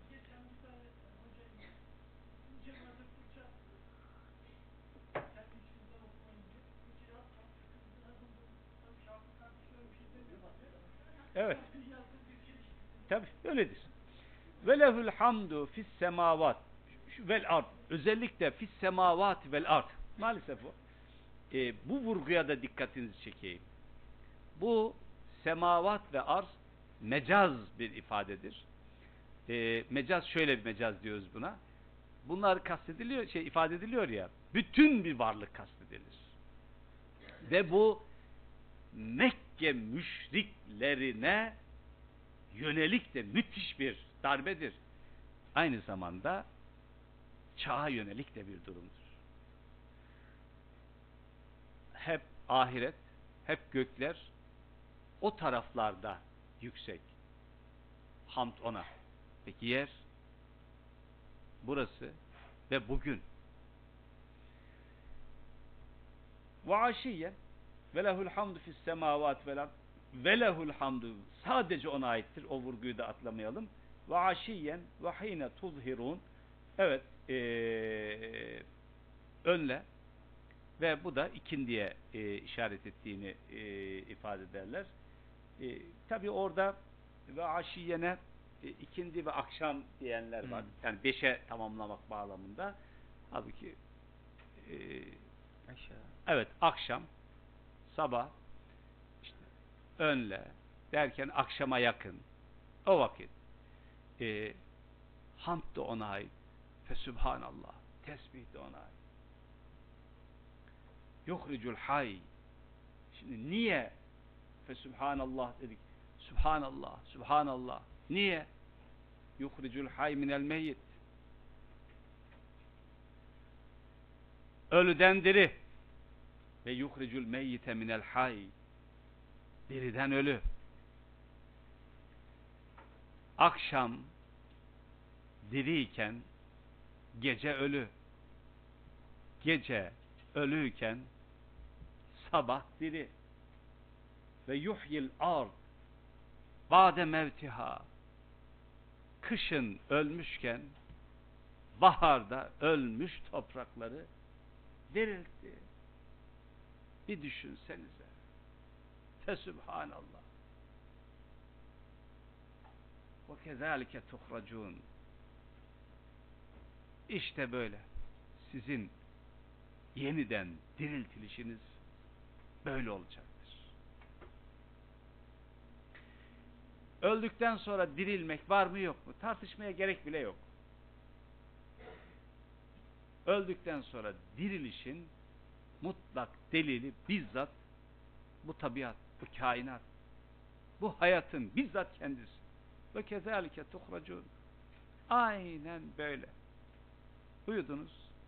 Evet. Tabii öyledir. Ve lehul hamdu fis semavat vel ard. Özellikle fis semavat vel ard. Maalesef o. E, bu vurguya da dikkatinizi çekeyim. Bu semavat ve arz mecaz bir ifadedir. E, mecaz, şöyle bir mecaz diyoruz buna. Bunlar kastediliyor, şey ifade ediliyor ya, bütün bir varlık kastedilir. Ve bu Mekke müşriklerine yönelik de müthiş bir darbedir. Aynı zamanda çağa yönelik de bir durumdur. Hep ahiret, hep gökler o taraflarda yüksek. Hamd ona. Peki yer? Burası ve bugün. Ve aşiyen ve lehul hamdu fis semavat vel ard ve lehul hamdu, sadece ona aittir. O vurguyu da atlamayalım. Ve aşiyen ve hine tuzhirun, evet ee, önle ve bu da ikindiye e, işaret ettiğini e, ifade ederler. E, tabi orada ve aşiyene e, ikindi ve akşam diyenler var. Hmm. Yani beşe tamamlamak bağlamında. Halbuki e, aşağı. Evet, akşam, sabah, işte önle derken akşama yakın o vakit e, hamd da ona ait. Fesübhanallah, tesbih de ona ait. Yuhricul hay. Şimdi niye Fesübhanallah dedik? Sübhanallah, Sübhanallah. Niye? Yuhricul hay minel meyyit. Ölüden diri. Ve yuhricul meyyite minel hay. Diriden ölü. Akşam diriyken gece ölü. Gece ölüyken sabah diri. Ve yuhyil ard ba'de mevtiha. Kışın ölmüşken baharda ölmüş toprakları diriltti. Bir düşünsenize. Fesübhanallah. Ve kezalike tuhracun. İşte böyle. Sizin yeniden diriltilişiniz böyle olacaktır. Öldükten sonra dirilmek var mı yok mu? Tartışmaya gerek bile yok. Öldükten sonra dirilişin mutlak delili bizzat bu tabiat, bu kainat, bu hayatın bizzat kendisi. Ve kezalike tuhracun. Aynen böyle. Uyudunuz,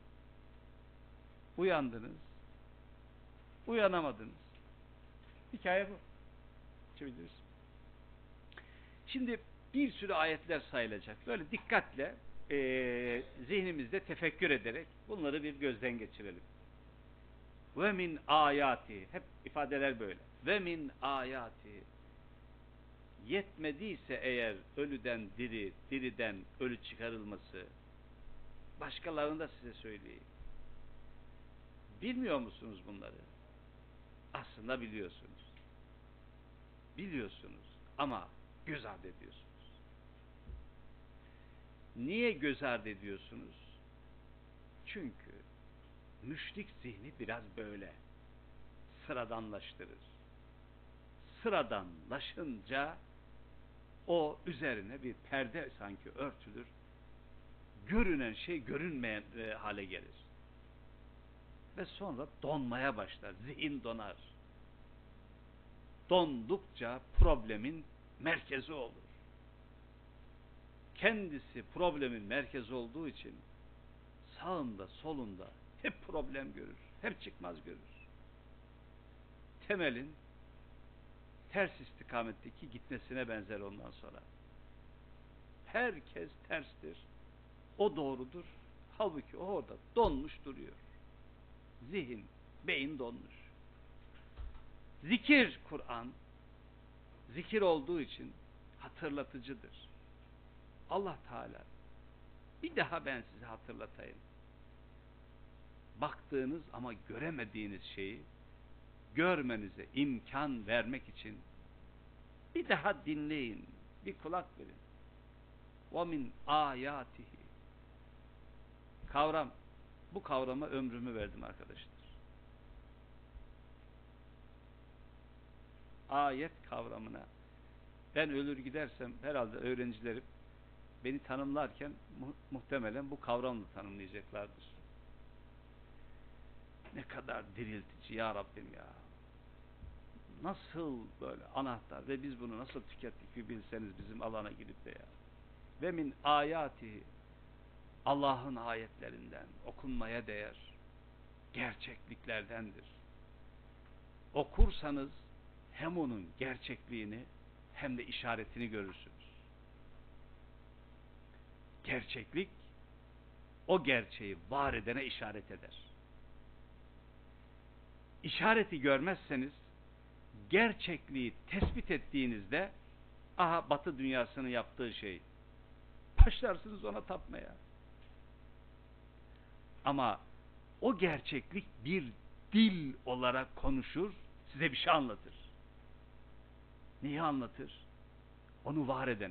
uyandınız, uyanamadınız. Hikaye bu. Çeviririz. Şimdi bir sürü ayetler sayılacak. Böyle dikkatle e, zihnimizde tefekkür ederek bunları bir gözden geçirelim. Ve min ayati, hep ifadeler böyle. Ve min ayati, yetmediyse eğer ölüden diri, diriden ölü çıkarılması, başkalarını da size söyleyeyim. Bilmiyor musunuz bunları? Aslında biliyorsunuz. Biliyorsunuz ama göz ardı ediyorsunuz. Niye göz ardı ediyorsunuz? Çünkü müşrik zihni biraz böyle sıradanlaştırır. Sıradanlaşınca o üzerine bir perde sanki örtülür. Görünen şey görünmeyen e, hale gelir. Ve sonra donmaya başlar. Zihin donar. Dondukça problemin merkezi olur. Kendisi problemin merkezi olduğu için sağında solunda hep problem görür. Hep çıkmaz görür. Temelin ters istikametteki gitmesine benzer ondan sonra. Herkes terstir. O doğrudur. Halbuki o orada donmuş duruyor. Zihin, beyin donmuş. Zikir Kur'an, zikir olduğu için hatırlatıcıdır. Allah Teala, bir daha ben size hatırlatayım. Baktığınız ama göremediğiniz şeyi görmenize imkan vermek için bir daha dinleyin, bir kulak verin. وَمِنْ آيَاتِهِ, kavram, bu kavrama ömrümü verdim arkadaşlar. Ayet kavramına ben ölür gidersem herhalde öğrencilerim beni tanımlarken mu muhtemelen bu kavramla tanımlayacaklardır. Ne kadar diriltici ya Rabbim ya. Nasıl böyle anahtar ve biz bunu nasıl tükettik bir bilseniz bizim alana girip de ya. Ve min ayati, Allah'ın ayetlerinden okunmaya değer gerçekliklerdendir. Okursanız hem onun gerçekliğini hem de işaretini görürsünüz. Gerçeklik o gerçeği var edene işaret eder. İşareti görmezseniz gerçekliği tespit ettiğinizde aha Batı dünyasının yaptığı şey, başlarsınız ona tapmaya. Ama o gerçeklik bir dil olarak konuşur, size bir şey anlatır. Neyi anlatır? Onu var edeni.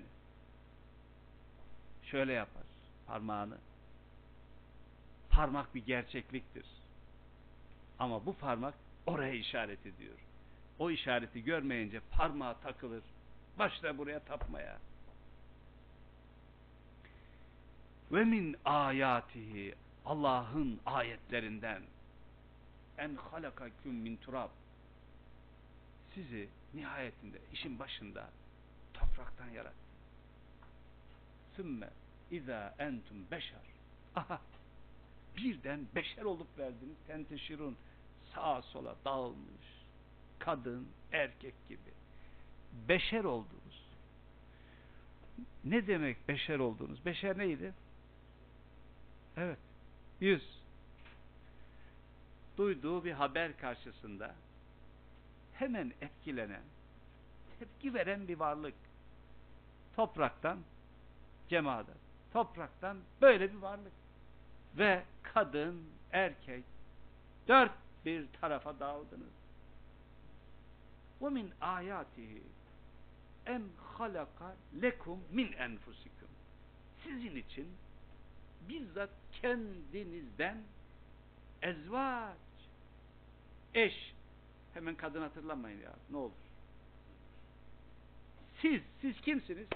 Şöyle yapar parmağını. Parmak bir gerçekliktir. Ama bu parmak oraya işaret ediyor. O işareti görmeyince parmağı takılır. Başla buraya tapmaya. Ve min ayatihi, Allah'ın ayetlerinden en halakaküm min turab, sizi nihayetinde işin başında topraktan yarattı. Sümme izâ entum beşer, aha birden beşer olup verdiniz. Tenteşirun, sağa sola dağılmış, kadın erkek gibi beşer oldunuz. Ne demek beşer oldunuz? Beşer neydi? Evet, yüz. Duyduğu bir haber karşısında hemen etkilenen, tepki veren bir varlık. Topraktan cemaat, topraktan böyle bir varlık. Ve kadın, erkek, dört bir tarafa dağıldınız. وَمِنْ آيَاتِهِ en halaka lekum min enfusikum, sizin için bizzat kendinizden ezvaç, eş, hemen kadın hatırlamayın ya, ne olur. Siz, siz kimsiniz?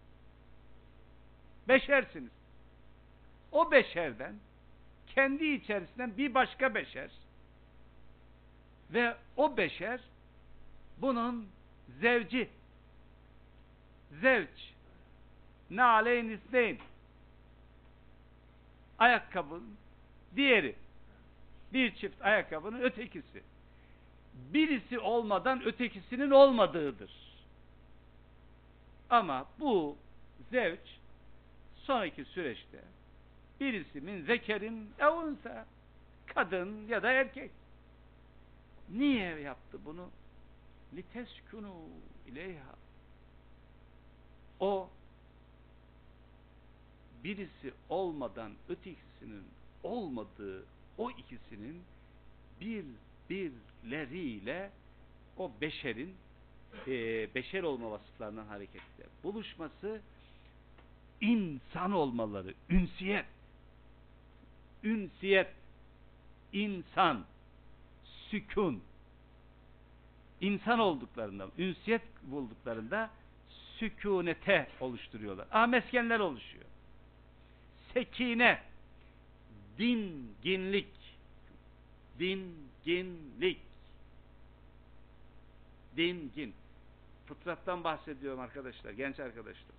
Beşersiniz. O beşerden, kendi içerisinden bir başka beşer ve o beşer bunun zevci, zevç, naleyn isneyn, ayakkabının diğeri, bir çift ayakkabının ötekisi. Birisi olmadan ötekisinin olmadığıdır. Ama bu zevç sonraki süreçte birisi min zekerin evunsa, kadın ya da erkek. Niye yaptı bunu? Liteskunu ileyha. O birisi olmadan ötekisinin olmadığı o ikisinin birbirleriyle o beşerin e, beşer olma vasıflarından hareketle buluşması, insan olmaları, ünsiyet, ünsiyet, insan, sükun, insan olduklarında, ünsiyet bulduklarında sükunete oluşturuyorlar. Ah, meskenler oluşuyor. Sekine, dinginlik, dinginlik, dingin. Fıtrattan bahsediyorum arkadaşlar, genç arkadaşlar.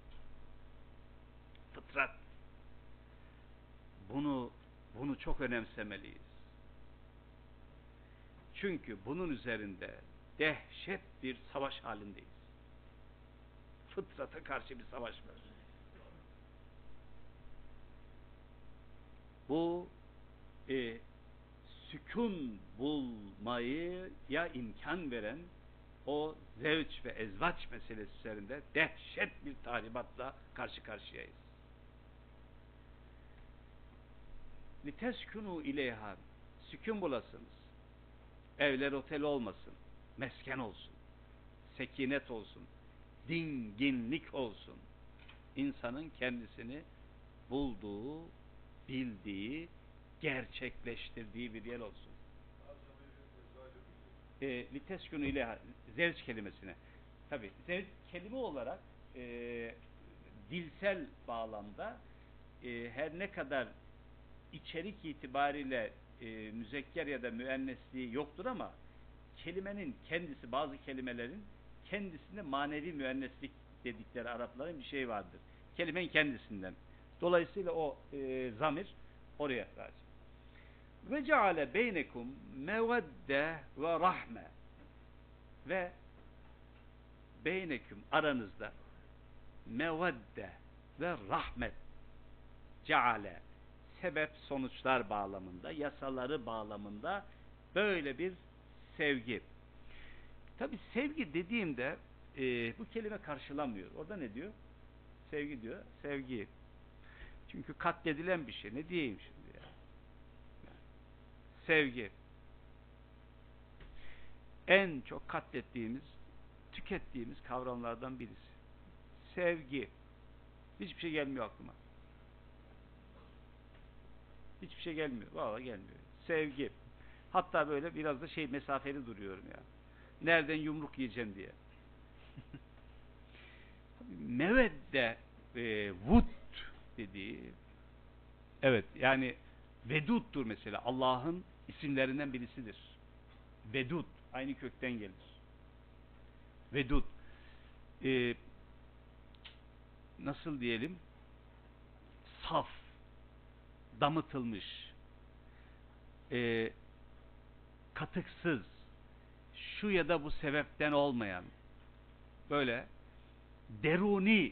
Fıtrat. Bunu bunu çok önemsemeliyiz. Çünkü bunun üzerinde dehşet bir savaş halindeyiz. Fıtrata karşı bir savaş var. Bu e, sükun bulmayı ya imkan veren o zevç ve ezvaç meselesi üzerinde dehşet bir tahribatla karşı karşıyayız. Liteskunu ileyha, sükun bulasınız. Evler otel olmasın, mesken olsun, sekinet olsun, dinginlik olsun. İnsanın kendisini bulduğu, bildiği, gerçekleştirdiği bir yer olsun. E, liteskunu ileyha, zevç kelimesine. Tabi zevç kelime olarak e, dilsel bağlamda e, her ne kadar içerik itibariyle e, müzekker ya da müennesliği yoktur ama kelimenin kendisi, bazı kelimelerin kendisinde manevi müenneslik dedikleri Arapların bir şey vardır. Kelimenin kendisinden. Dolayısıyla o e, zamir oraya raci. Ve ceale beynekum mevedde ve rahme, ve beyneküm aranızda mevedde ve rahmet, ceale sebep sonuçlar bağlamında, yasaları bağlamında böyle bir sevgi. Tabi sevgi dediğimde e, bu kelime karşılamıyor. Orada ne diyor? Sevgi diyor. Sevgi. Çünkü katledilen bir şey. Ne diyeyim şimdi ya? Yani, sevgi. En çok katlettiğimiz, tükettiğimiz kavramlardan birisi. Sevgi. Hiçbir şey gelmiyor aklıma. Hiçbir şey gelmiyor. Vallahi gelmiyor. Sevgi. Hatta böyle biraz da şey mesafeli duruyorum ya. Nereden yumruk yiyeceğim diye. Mevedde e, vud dediği, evet yani veduddur mesela. Allah'ın isimlerinden birisidir. Vedud. Aynı kökten gelir. Vedud. E, nasıl diyelim? Saf. Damıtılmış. E, katıksız. Şu ya da bu sebepten olmayan. Böyle deruni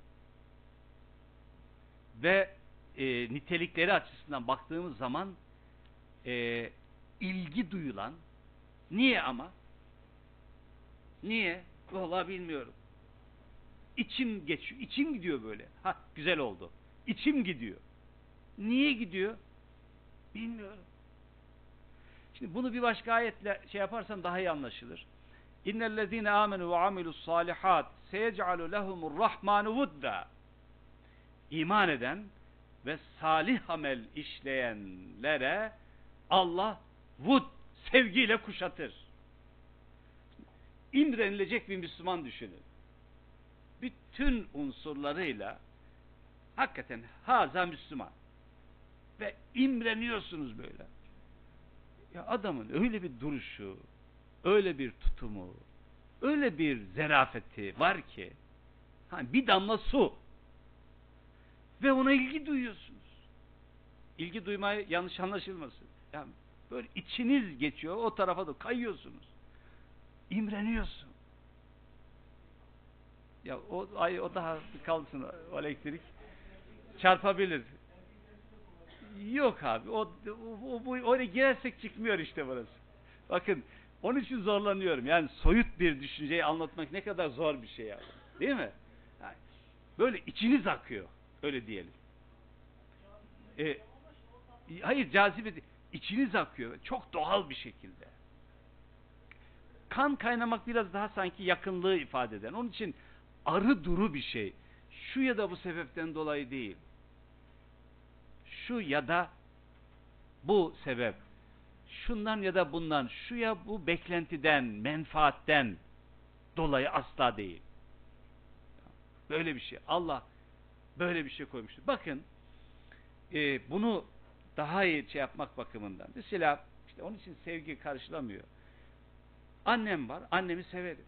ve e, nitelikleri açısından baktığımız zaman e, ilgi duyulan. Niye ama? Niye? Vallahi bilmiyorum. İçim geçiyor. İçim gidiyor böyle. Ha, güzel oldu. İçim gidiyor. Niye gidiyor? Bilmiyorum. Şimdi bunu bir başka ayetle şey yaparsam daha iyi anlaşılır. İnnellezîne âmenû ve amilussâlihât seyec'alû lehumurrahmânu vudda. İman eden ve salih amel işleyenlere Allah vud, sevgiyle kuşatır. İmrenilecek bir Müslüman düşünün. Bütün unsurlarıyla hakikaten haza Müslüman. Ve imreniyorsunuz böyle. Ya adamın öyle bir duruşu, öyle bir tutumu, öyle bir zerafeti var ki, hani bir damla su ve ona ilgi duyuyorsunuz. İlgi duymaya yanlış anlaşılmasın. Yani böyle içiniz geçiyor, o tarafa da kayıyorsunuz. İmreniyorsun. Ya o ay o daha kalsın o elektrik. çarpabilir. Yok abi. O, o, bu, oraya girersek çıkmıyor işte burası. Bakın, onun için zorlanıyorum. Yani soyut bir düşünceyi anlatmak ne kadar zor bir şey yani. Değil mi? Yani böyle içiniz akıyor. Öyle diyelim. E, hayır, cazibe değil. İçiniz akıyor. Çok doğal bir şekilde. Kan kaynamak biraz daha sanki yakınlığı ifade eden. Onun için arı duru bir şey. Şu ya da bu sebepten dolayı değil. Şu ya da bu sebep. Şundan ya da bundan, şu ya bu beklentiden, menfaatten dolayı asla değil. Böyle bir şey. Allah böyle bir şey koymuştur. Bakın, e, bunu daha iyi şey yapmak bakımından. Mesela işte onun için sevgi karşılamıyor. Annem var, annemi severim.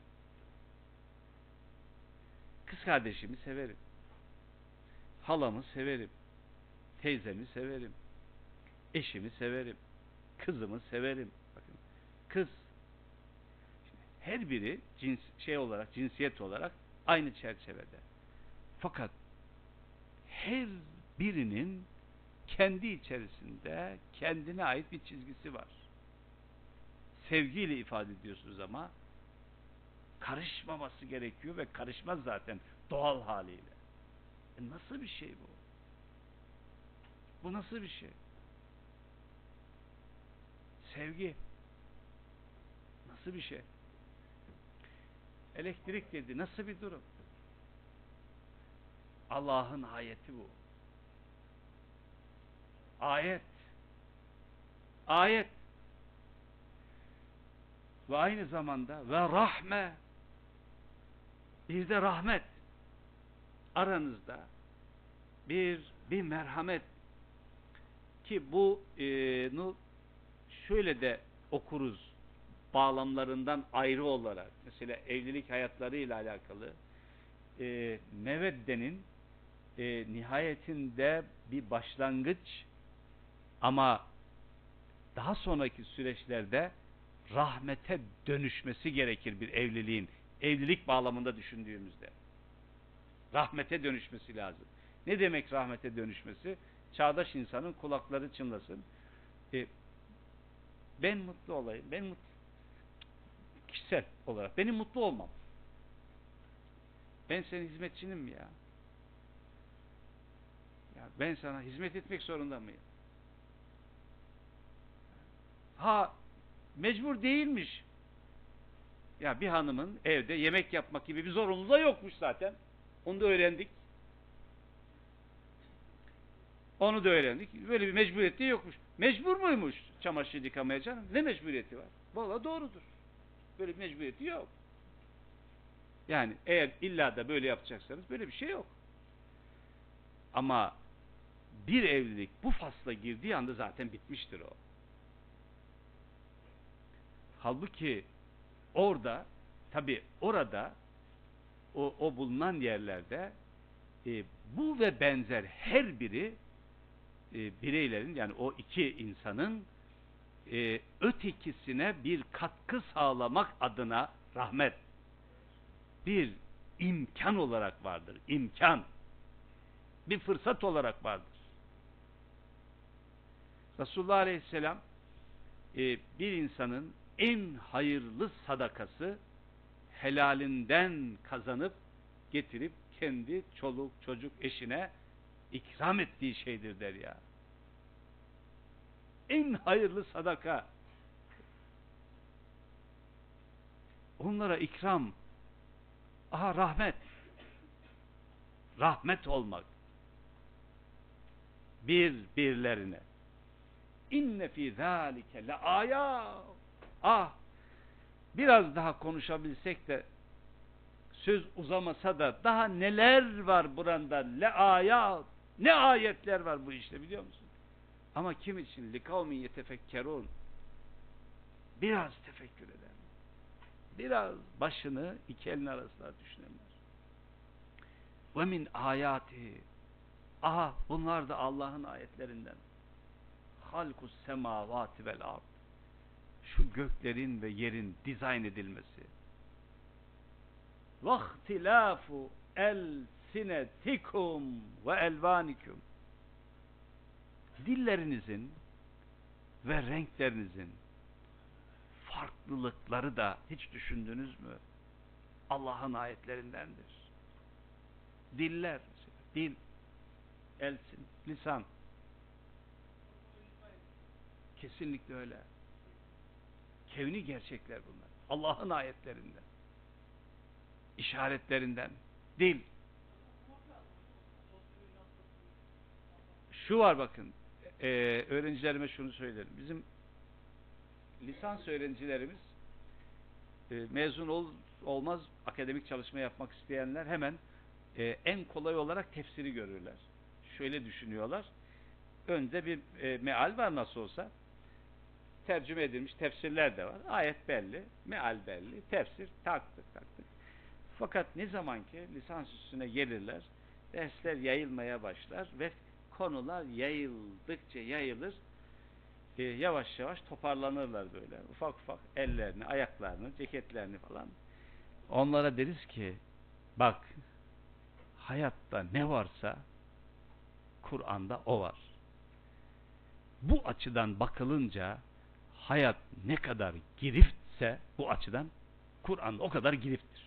Kız kardeşimi severim. Halamı severim. Teyzemi severim. Eşimi severim. Kızımı severim. Bakın, kız. Her biri cins, şey olarak, cinsiyet olarak aynı çerçevede. Fakat her birinin kendi içerisinde kendine ait bir çizgisi var. Sevgiyle ifade ediyorsunuz ama karışmaması gerekiyor ve karışmaz zaten doğal haliyle. E nasıl bir şey bu? Bu nasıl bir şey? Sevgi. Nasıl bir şey? Elektrik dedi. Nasıl bir durum? Allah'ın ayeti bu. Ayet. Ayet. Ve aynı zamanda ve rahme. Bir de rahmet. Aranızda bir bir merhamet ki bu e, nu, şöyle de okuruz bağlamlarından ayrı olarak. Mesela evlilik hayatlarıyla alakalı e, meveddenin e, nihayetinde bir başlangıç ama daha sonraki süreçlerde rahmete dönüşmesi gerekir bir evliliğin. Evlilik bağlamında düşündüğümüzde. Rahmete dönüşmesi lazım. Ne demek rahmete dönüşmesi? Çağdaş insanın kulakları çınlasın. E, ben mutlu olayım. Ben mutlu. Kişisel olarak. Benim mutlu olmam. Ben senin hizmetçinim mi ya? Ya ben sana hizmet etmek zorunda mıyım? Ha, mecbur değilmiş. Ya bir hanımın evde yemek yapmak gibi bir zorunluluğu da yokmuş zaten. Onu da öğrendik. Onu da öğrendik. Böyle bir mecburiyeti yokmuş. Mecbur muymuş çamaşır yıkamaya canım? Ne mecburiyeti var? Vallahi doğrudur. Böyle bir mecburiyeti yok. Yani eğer illa da böyle yapacaksanız böyle bir şey yok. Ama bir evlilik bu fasla girdiği anda zaten bitmiştir o. Halbuki orada, tabi orada o, o bulunan yerlerde e, bu ve benzer her biri e, bireylerin, yani o iki insanın e, ötekisine bir katkı sağlamak adına rahmet bir imkan olarak vardır. İmkan. Bir fırsat olarak vardır. Resulullah Aleyhisselam e, bir insanın en hayırlı sadakası helalinden kazanıp getirip kendi çoluk çocuk eşine ikram ettiği şeydir der ya. En hayırlı sadaka. Onlara ikram. Aha, rahmet. Rahmet olmak. Birbirlerine. İnne fî zâlike le âyâ. Ah! Biraz daha konuşabilsek de söz uzamasa da daha neler var burada, le ayat, ne ayetler var bu işte, biliyor musun? Ama kim için? Likavmin yetefekkerun. Biraz tefekkür eden, biraz başını iki elin arasına düşünenler. Ve min ayati, aha bunlar da Allah'ın ayetlerinden. Halkus semavati vel ard. Şu göklerin ve yerin dizayn edilmesi. وَاخْتِلَافُ elsinetikum ve elvanikum. Dillerinizin ve renklerinizin farklılıkları da hiç düşündünüz mü? Allah'ın ayetlerindendir. Diller, dil, elsin, lisan. Kesinlikle öyle. Kevni gerçekler bunlar. Allah'ın ayetlerinden, işaretlerinden. Dil. Şu var bakın, e, öğrencilerime şunu söylerim. Bizim lisans öğrencilerimiz e, mezun ol, olmaz akademik çalışma yapmak isteyenler hemen e, en kolay olarak tefsiri görürler. Şöyle düşünüyorlar. Önde bir e, meal var nasıl olsa. Tercüme edilmiş tefsirler de var. Ayet belli, meal belli, tefsir taktık taktık. Fakat ne zaman ki lisans üstüne gelirler, dersler yayılmaya başlar ve konular yayıldıkça yayılır, e, yavaş yavaş toparlanırlar böyle. Ufak ufak ellerini, ayaklarını, ceketlerini falan. Onlara deriz ki, bak, hayatta ne varsa Kur'an'da o var. Bu açıdan bakılınca hayat ne kadar giriftse bu açıdan Kur'an o kadar girifttir.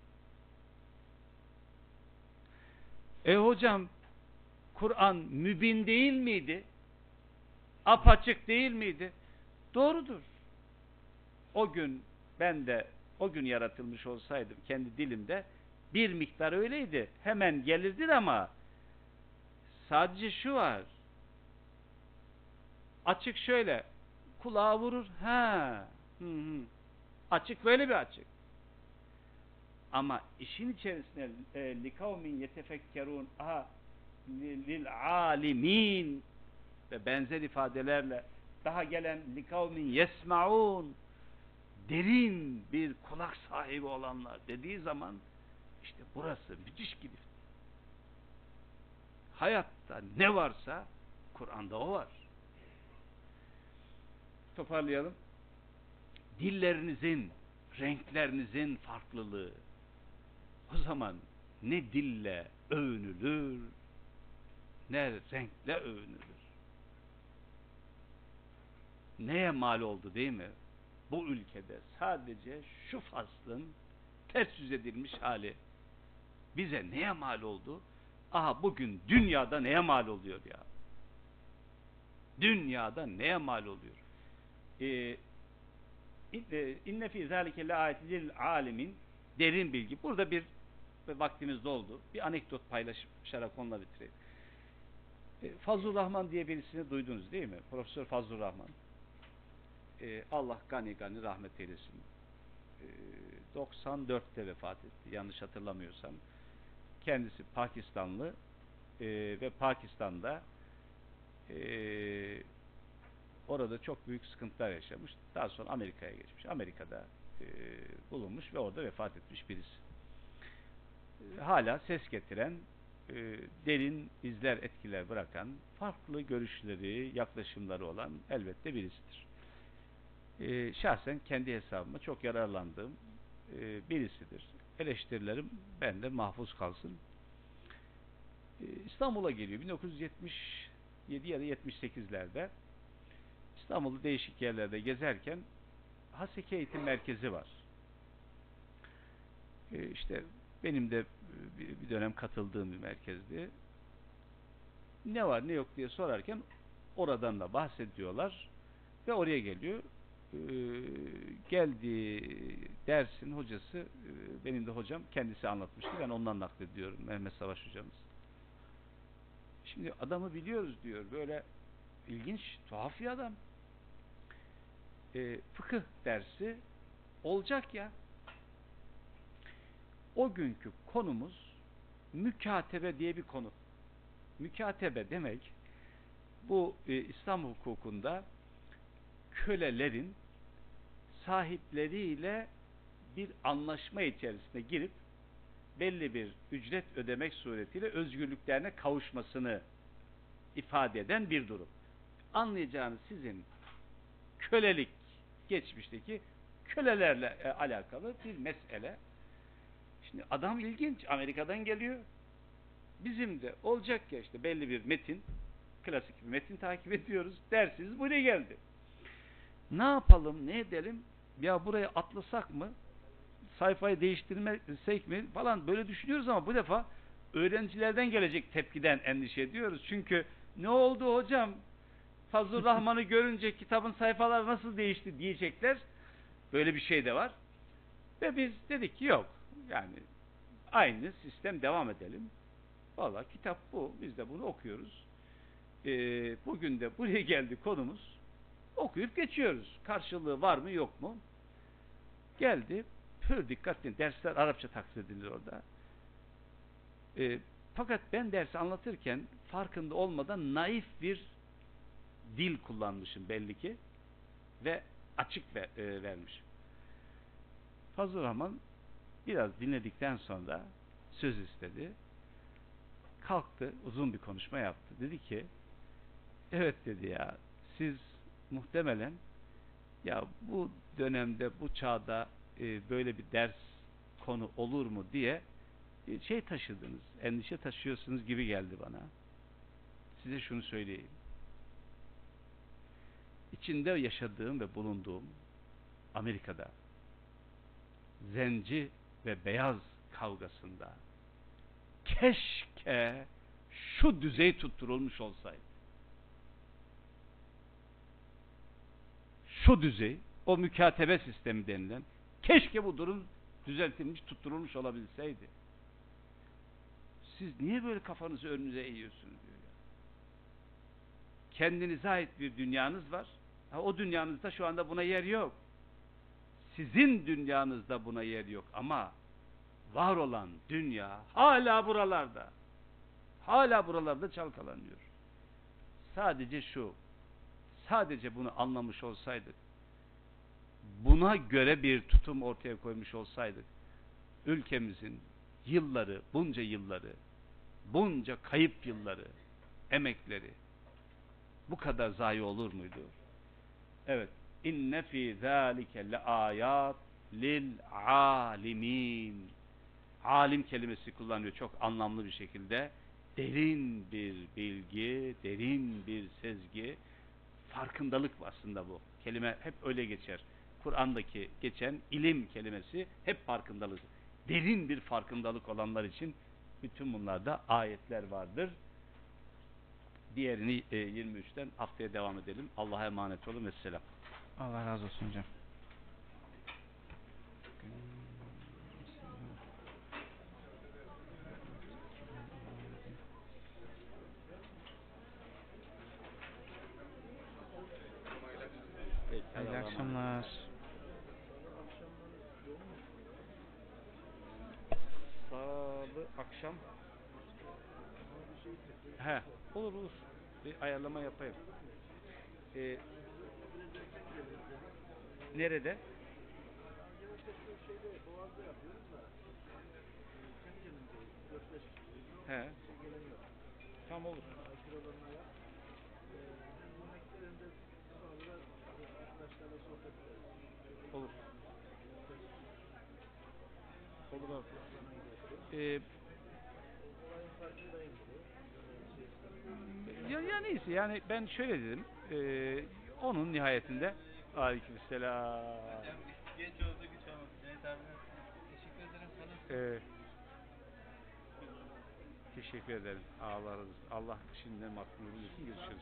E hocam, Kur'an mübin değil miydi? Apaçık değil miydi? Doğrudur. O gün ben de o gün yaratılmış olsaydım kendi dilimde bir miktar öyleydi. Hemen gelirdir ama sadece şu var. Açık şöyle kulağa vurur. Ha. Hı hı. Açık böyle bir açık. Ama işin içerisinde e, likavmin yetefekkerun aha lil alimin ve benzer ifadelerle daha gelen likavmin yesmaun derin bir kulak sahibi olanlar dediği zaman işte burası müthiş gibi. Hayatta ne varsa Kur'an'da o var. Toparlayalım. Dillerinizin, renklerinizin farklılığı. O zaman ne dille övünülür, ne renkle övünülür. Neye mal oldu değil mi? Bu ülkede sadece şu faslın ters yüz edilmiş hali. Bize neye mal oldu? Aha bugün dünyada neye mal oluyor ya? Dünyada neye mal oluyor? Ee, İnne fî zâlike leâyetin lil âlimin derin bilgi. Burada bir vaktimiz doldu. Bir anekdot paylaşarak onunla bitireyim. E, Fazlur Rahman diye birisini duydunuz değil mi? Profesör Fazlur Rahman. E, Allah gani gani rahmet eylesin. E, doksan dörtte vefat etti. Yanlış hatırlamıyorsam. Kendisi Pakistanlı e, ve Pakistan'da e, orada çok büyük sıkıntılar yaşamış. Daha sonra Amerika'ya geçmiş. Amerika'da e, bulunmuş ve orada vefat etmiş birisi. E, hala ses getiren, e, derin izler, etkiler bırakan, farklı görüşleri, yaklaşımları olan elbette birisidir. E, şahsen kendi hesabıma çok yararlandığım e, birisidir. Eleştirilerim bende mahfuz kalsın. E, İstanbul'a geliyor. bin dokuz yüz yetmiş yedi ya da yetmiş sekizlerde İstanbul'da değişik yerlerde gezerken Haseki Eğitim Merkezi var. E, işte benim de bir dönem katıldığım bir merkezdi. Ne var ne yok diye sorarken oradan da bahsediyorlar ve oraya geliyor. E, geldiği dersin hocası, e, benim de hocam kendisi anlatmıştı. Ben ondan naklediyorum. Mehmet Savaş hocamız. Şimdi adamı biliyoruz diyor. Böyle ilginç, tuhaf bir adam. E, fıkıh dersi olacak ya. O günkü konumuz mükatebe diye bir konu. Mükatebe demek bu e, İslam hukukunda kölelerin sahipleriyle bir anlaşma içerisine girip belli bir ücret ödemek suretiyle özgürlüklerine kavuşmasını ifade eden bir durum. Anlayacağınız sizin kölelik geçmişteki kölelerle e, alakalı bir mesele. Şimdi adam ilginç. Amerika'dan geliyor. bizim de olacak ya işte belli bir metin, klasik bir metin takip ediyoruz. Dersiniz buraya geldi. Ne yapalım, ne edelim? Ya buraya atlasak mı? Sayfayı değiştirmesek mi? Falan böyle düşünüyoruz ama bu defa öğrencilerden gelecek tepkiden endişe ediyoruz. Çünkü ne oldu hocam? Fazlur Rahman'ı görünce kitabın sayfaları nasıl değişti diyecekler. Böyle bir şey de var. Ve biz dedik ki yok. Yani aynı sistem devam edelim. Valla kitap bu. Biz de bunu okuyoruz. Ee, bugün de buraya geldi konumuz. Okuyup geçiyoruz. Karşılığı var mı yok mu? Geldi. Pür dikkatli. Dersler Arapça takdir edilir orada. Ee, fakat ben dersi anlatırken farkında olmadan naif bir dil kullanmışım belli ki. Ve açık ver, e, vermişim. Fazıl Rahman biraz dinledikten sonra söz istedi. Kalktı, uzun bir konuşma yaptı. Dedi ki, evet dedi ya, siz muhtemelen ya bu dönemde, bu çağda e, böyle bir ders konu olur mu diye e, şey taşıdınız, endişe taşıyorsunuz gibi geldi bana. Size şunu söyleyeyim. İçinde yaşadığım ve bulunduğum Amerika'da zenci ve beyaz kavgasında keşke şu düzey tutturulmuş olsaydı. Şu düzey, o mükatebe sistemi denilen, keşke bu durum düzeltilmiş, tutturulmuş olabilseydi. Siz niye böyle kafanızı önünüze eğiyorsunuz diyor ya. Kendinize ait bir dünyanız var. Ha, o dünyanızda şu anda buna yer yok. Sizin dünyanızda buna yer yok ama var olan dünya hala buralarda. Hala buralarda çalkalanıyor. Sadece şu, sadece bunu anlamış olsaydık, buna göre bir tutum ortaya koymuş olsaydık, ülkemizin yılları, bunca yılları, bunca kayıp yılları, emekleri bu kadar zayi olur muydu? Evet. İnne fî zâlike le âyât lil âlimîn. Alim kelimesi kullanıyor çok anlamlı bir şekilde. Derin bir bilgi, derin bir sezgi, farkındalık aslında bu. Kelime hep öyle geçer. Kur'an'daki geçen ilim kelimesi hep farkındalık. Derin bir farkındalık olanlar için bütün bunlarda ayetler vardır. Diğerini e, yirmi üçten haftaya devam edelim. Allah'a emanet olun ve selam. Allah razı olsun hocam. Peki, Hayırlı Allah'a emanet. akşamlar. Salı akşam. He, olur olur. Bir ayarlama yapayım. Ee, nerede? He. Tam olur. Olur. Olur abi. Ee, ya, ya neyse yani ben şöyle dedim. Ee, onun nihayetinde aleykümselam. Hocam geç oldu güç olmadı. Evet abi. Teşekkür ederim sana. Ee, teşekkür ederim. Allah razı olsun. Allah şimdiden mahkumunu bulsun. Görüşürüz.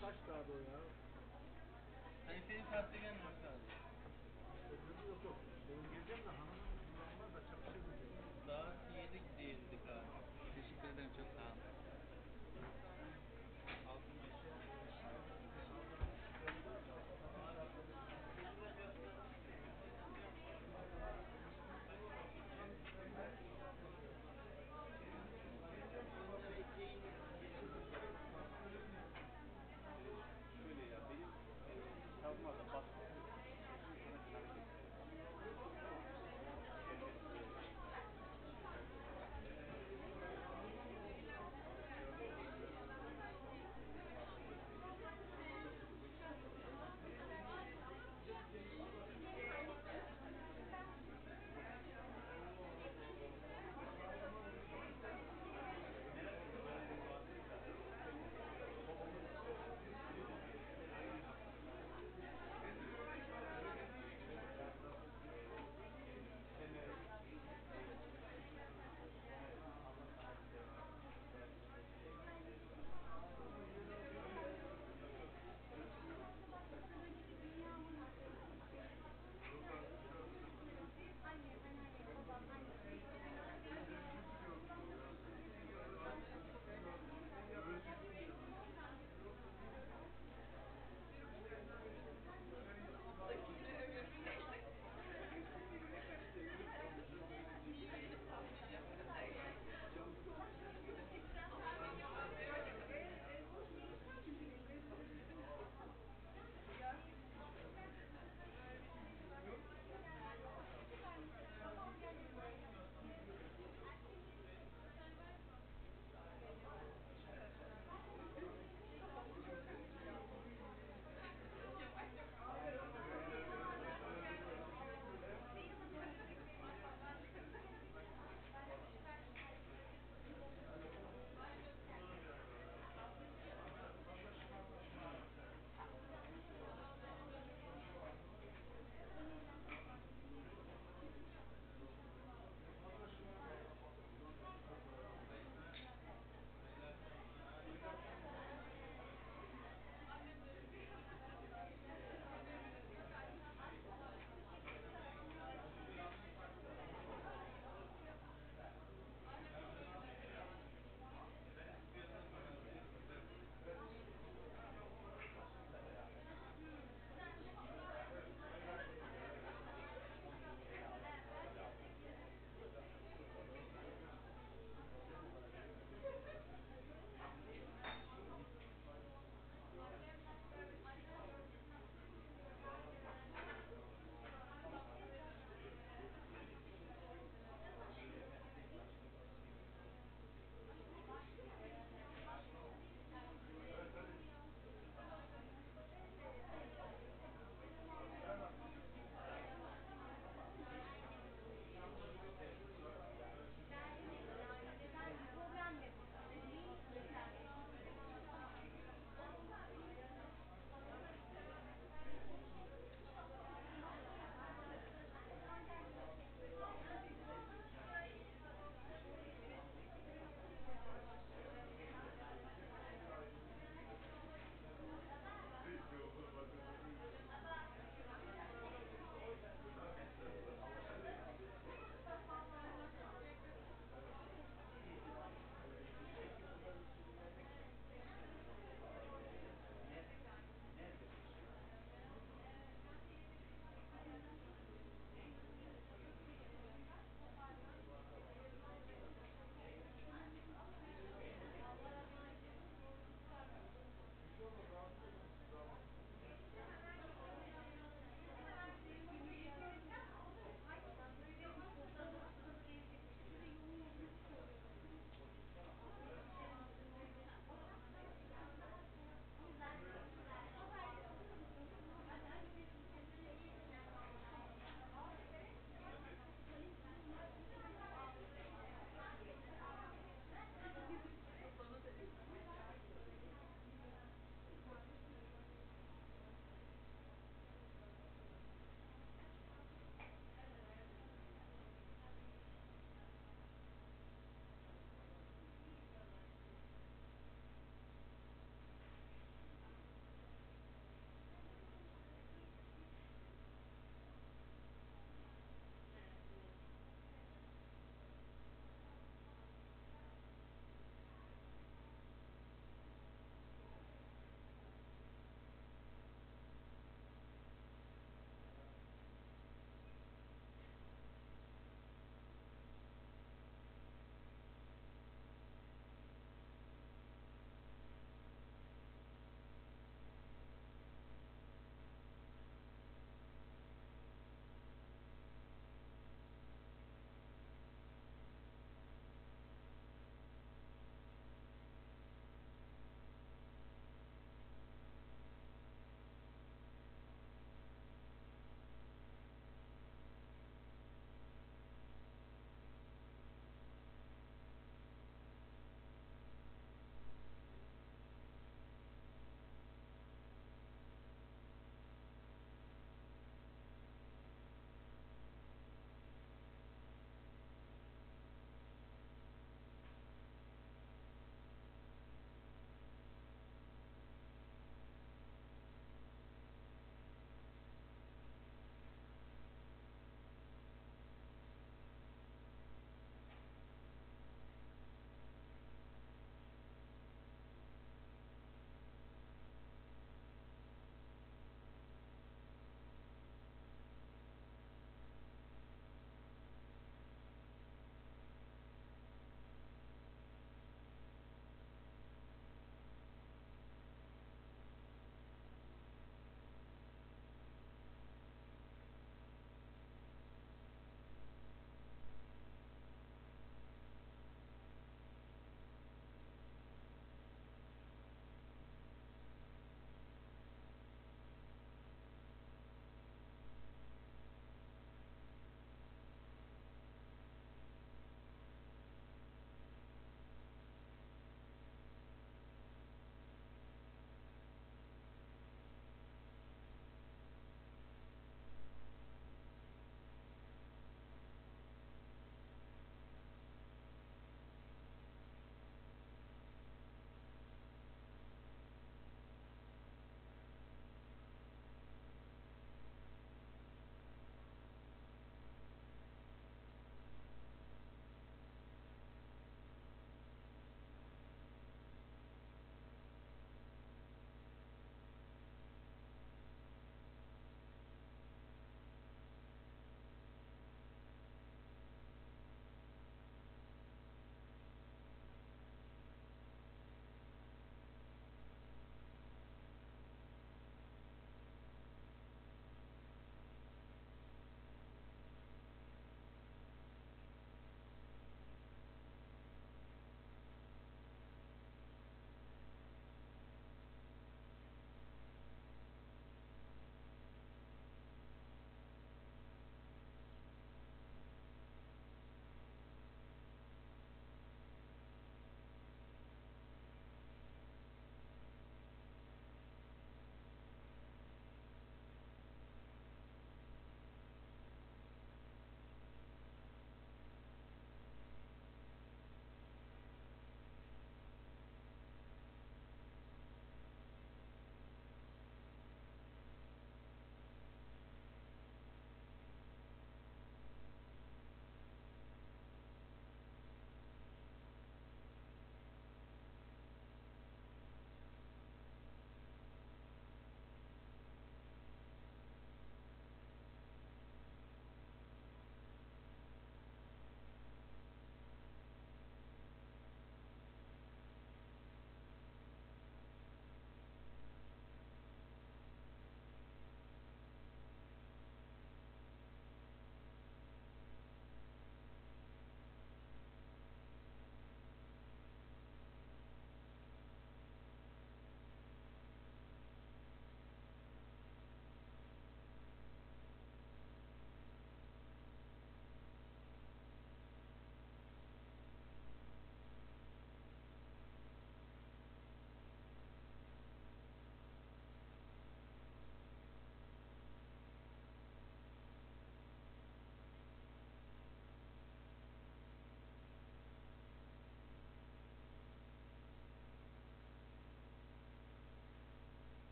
Hani senin saatte gelmiyoruz abi. Saat yedi değildik abi. Teşekkür ederim çok sağ olun.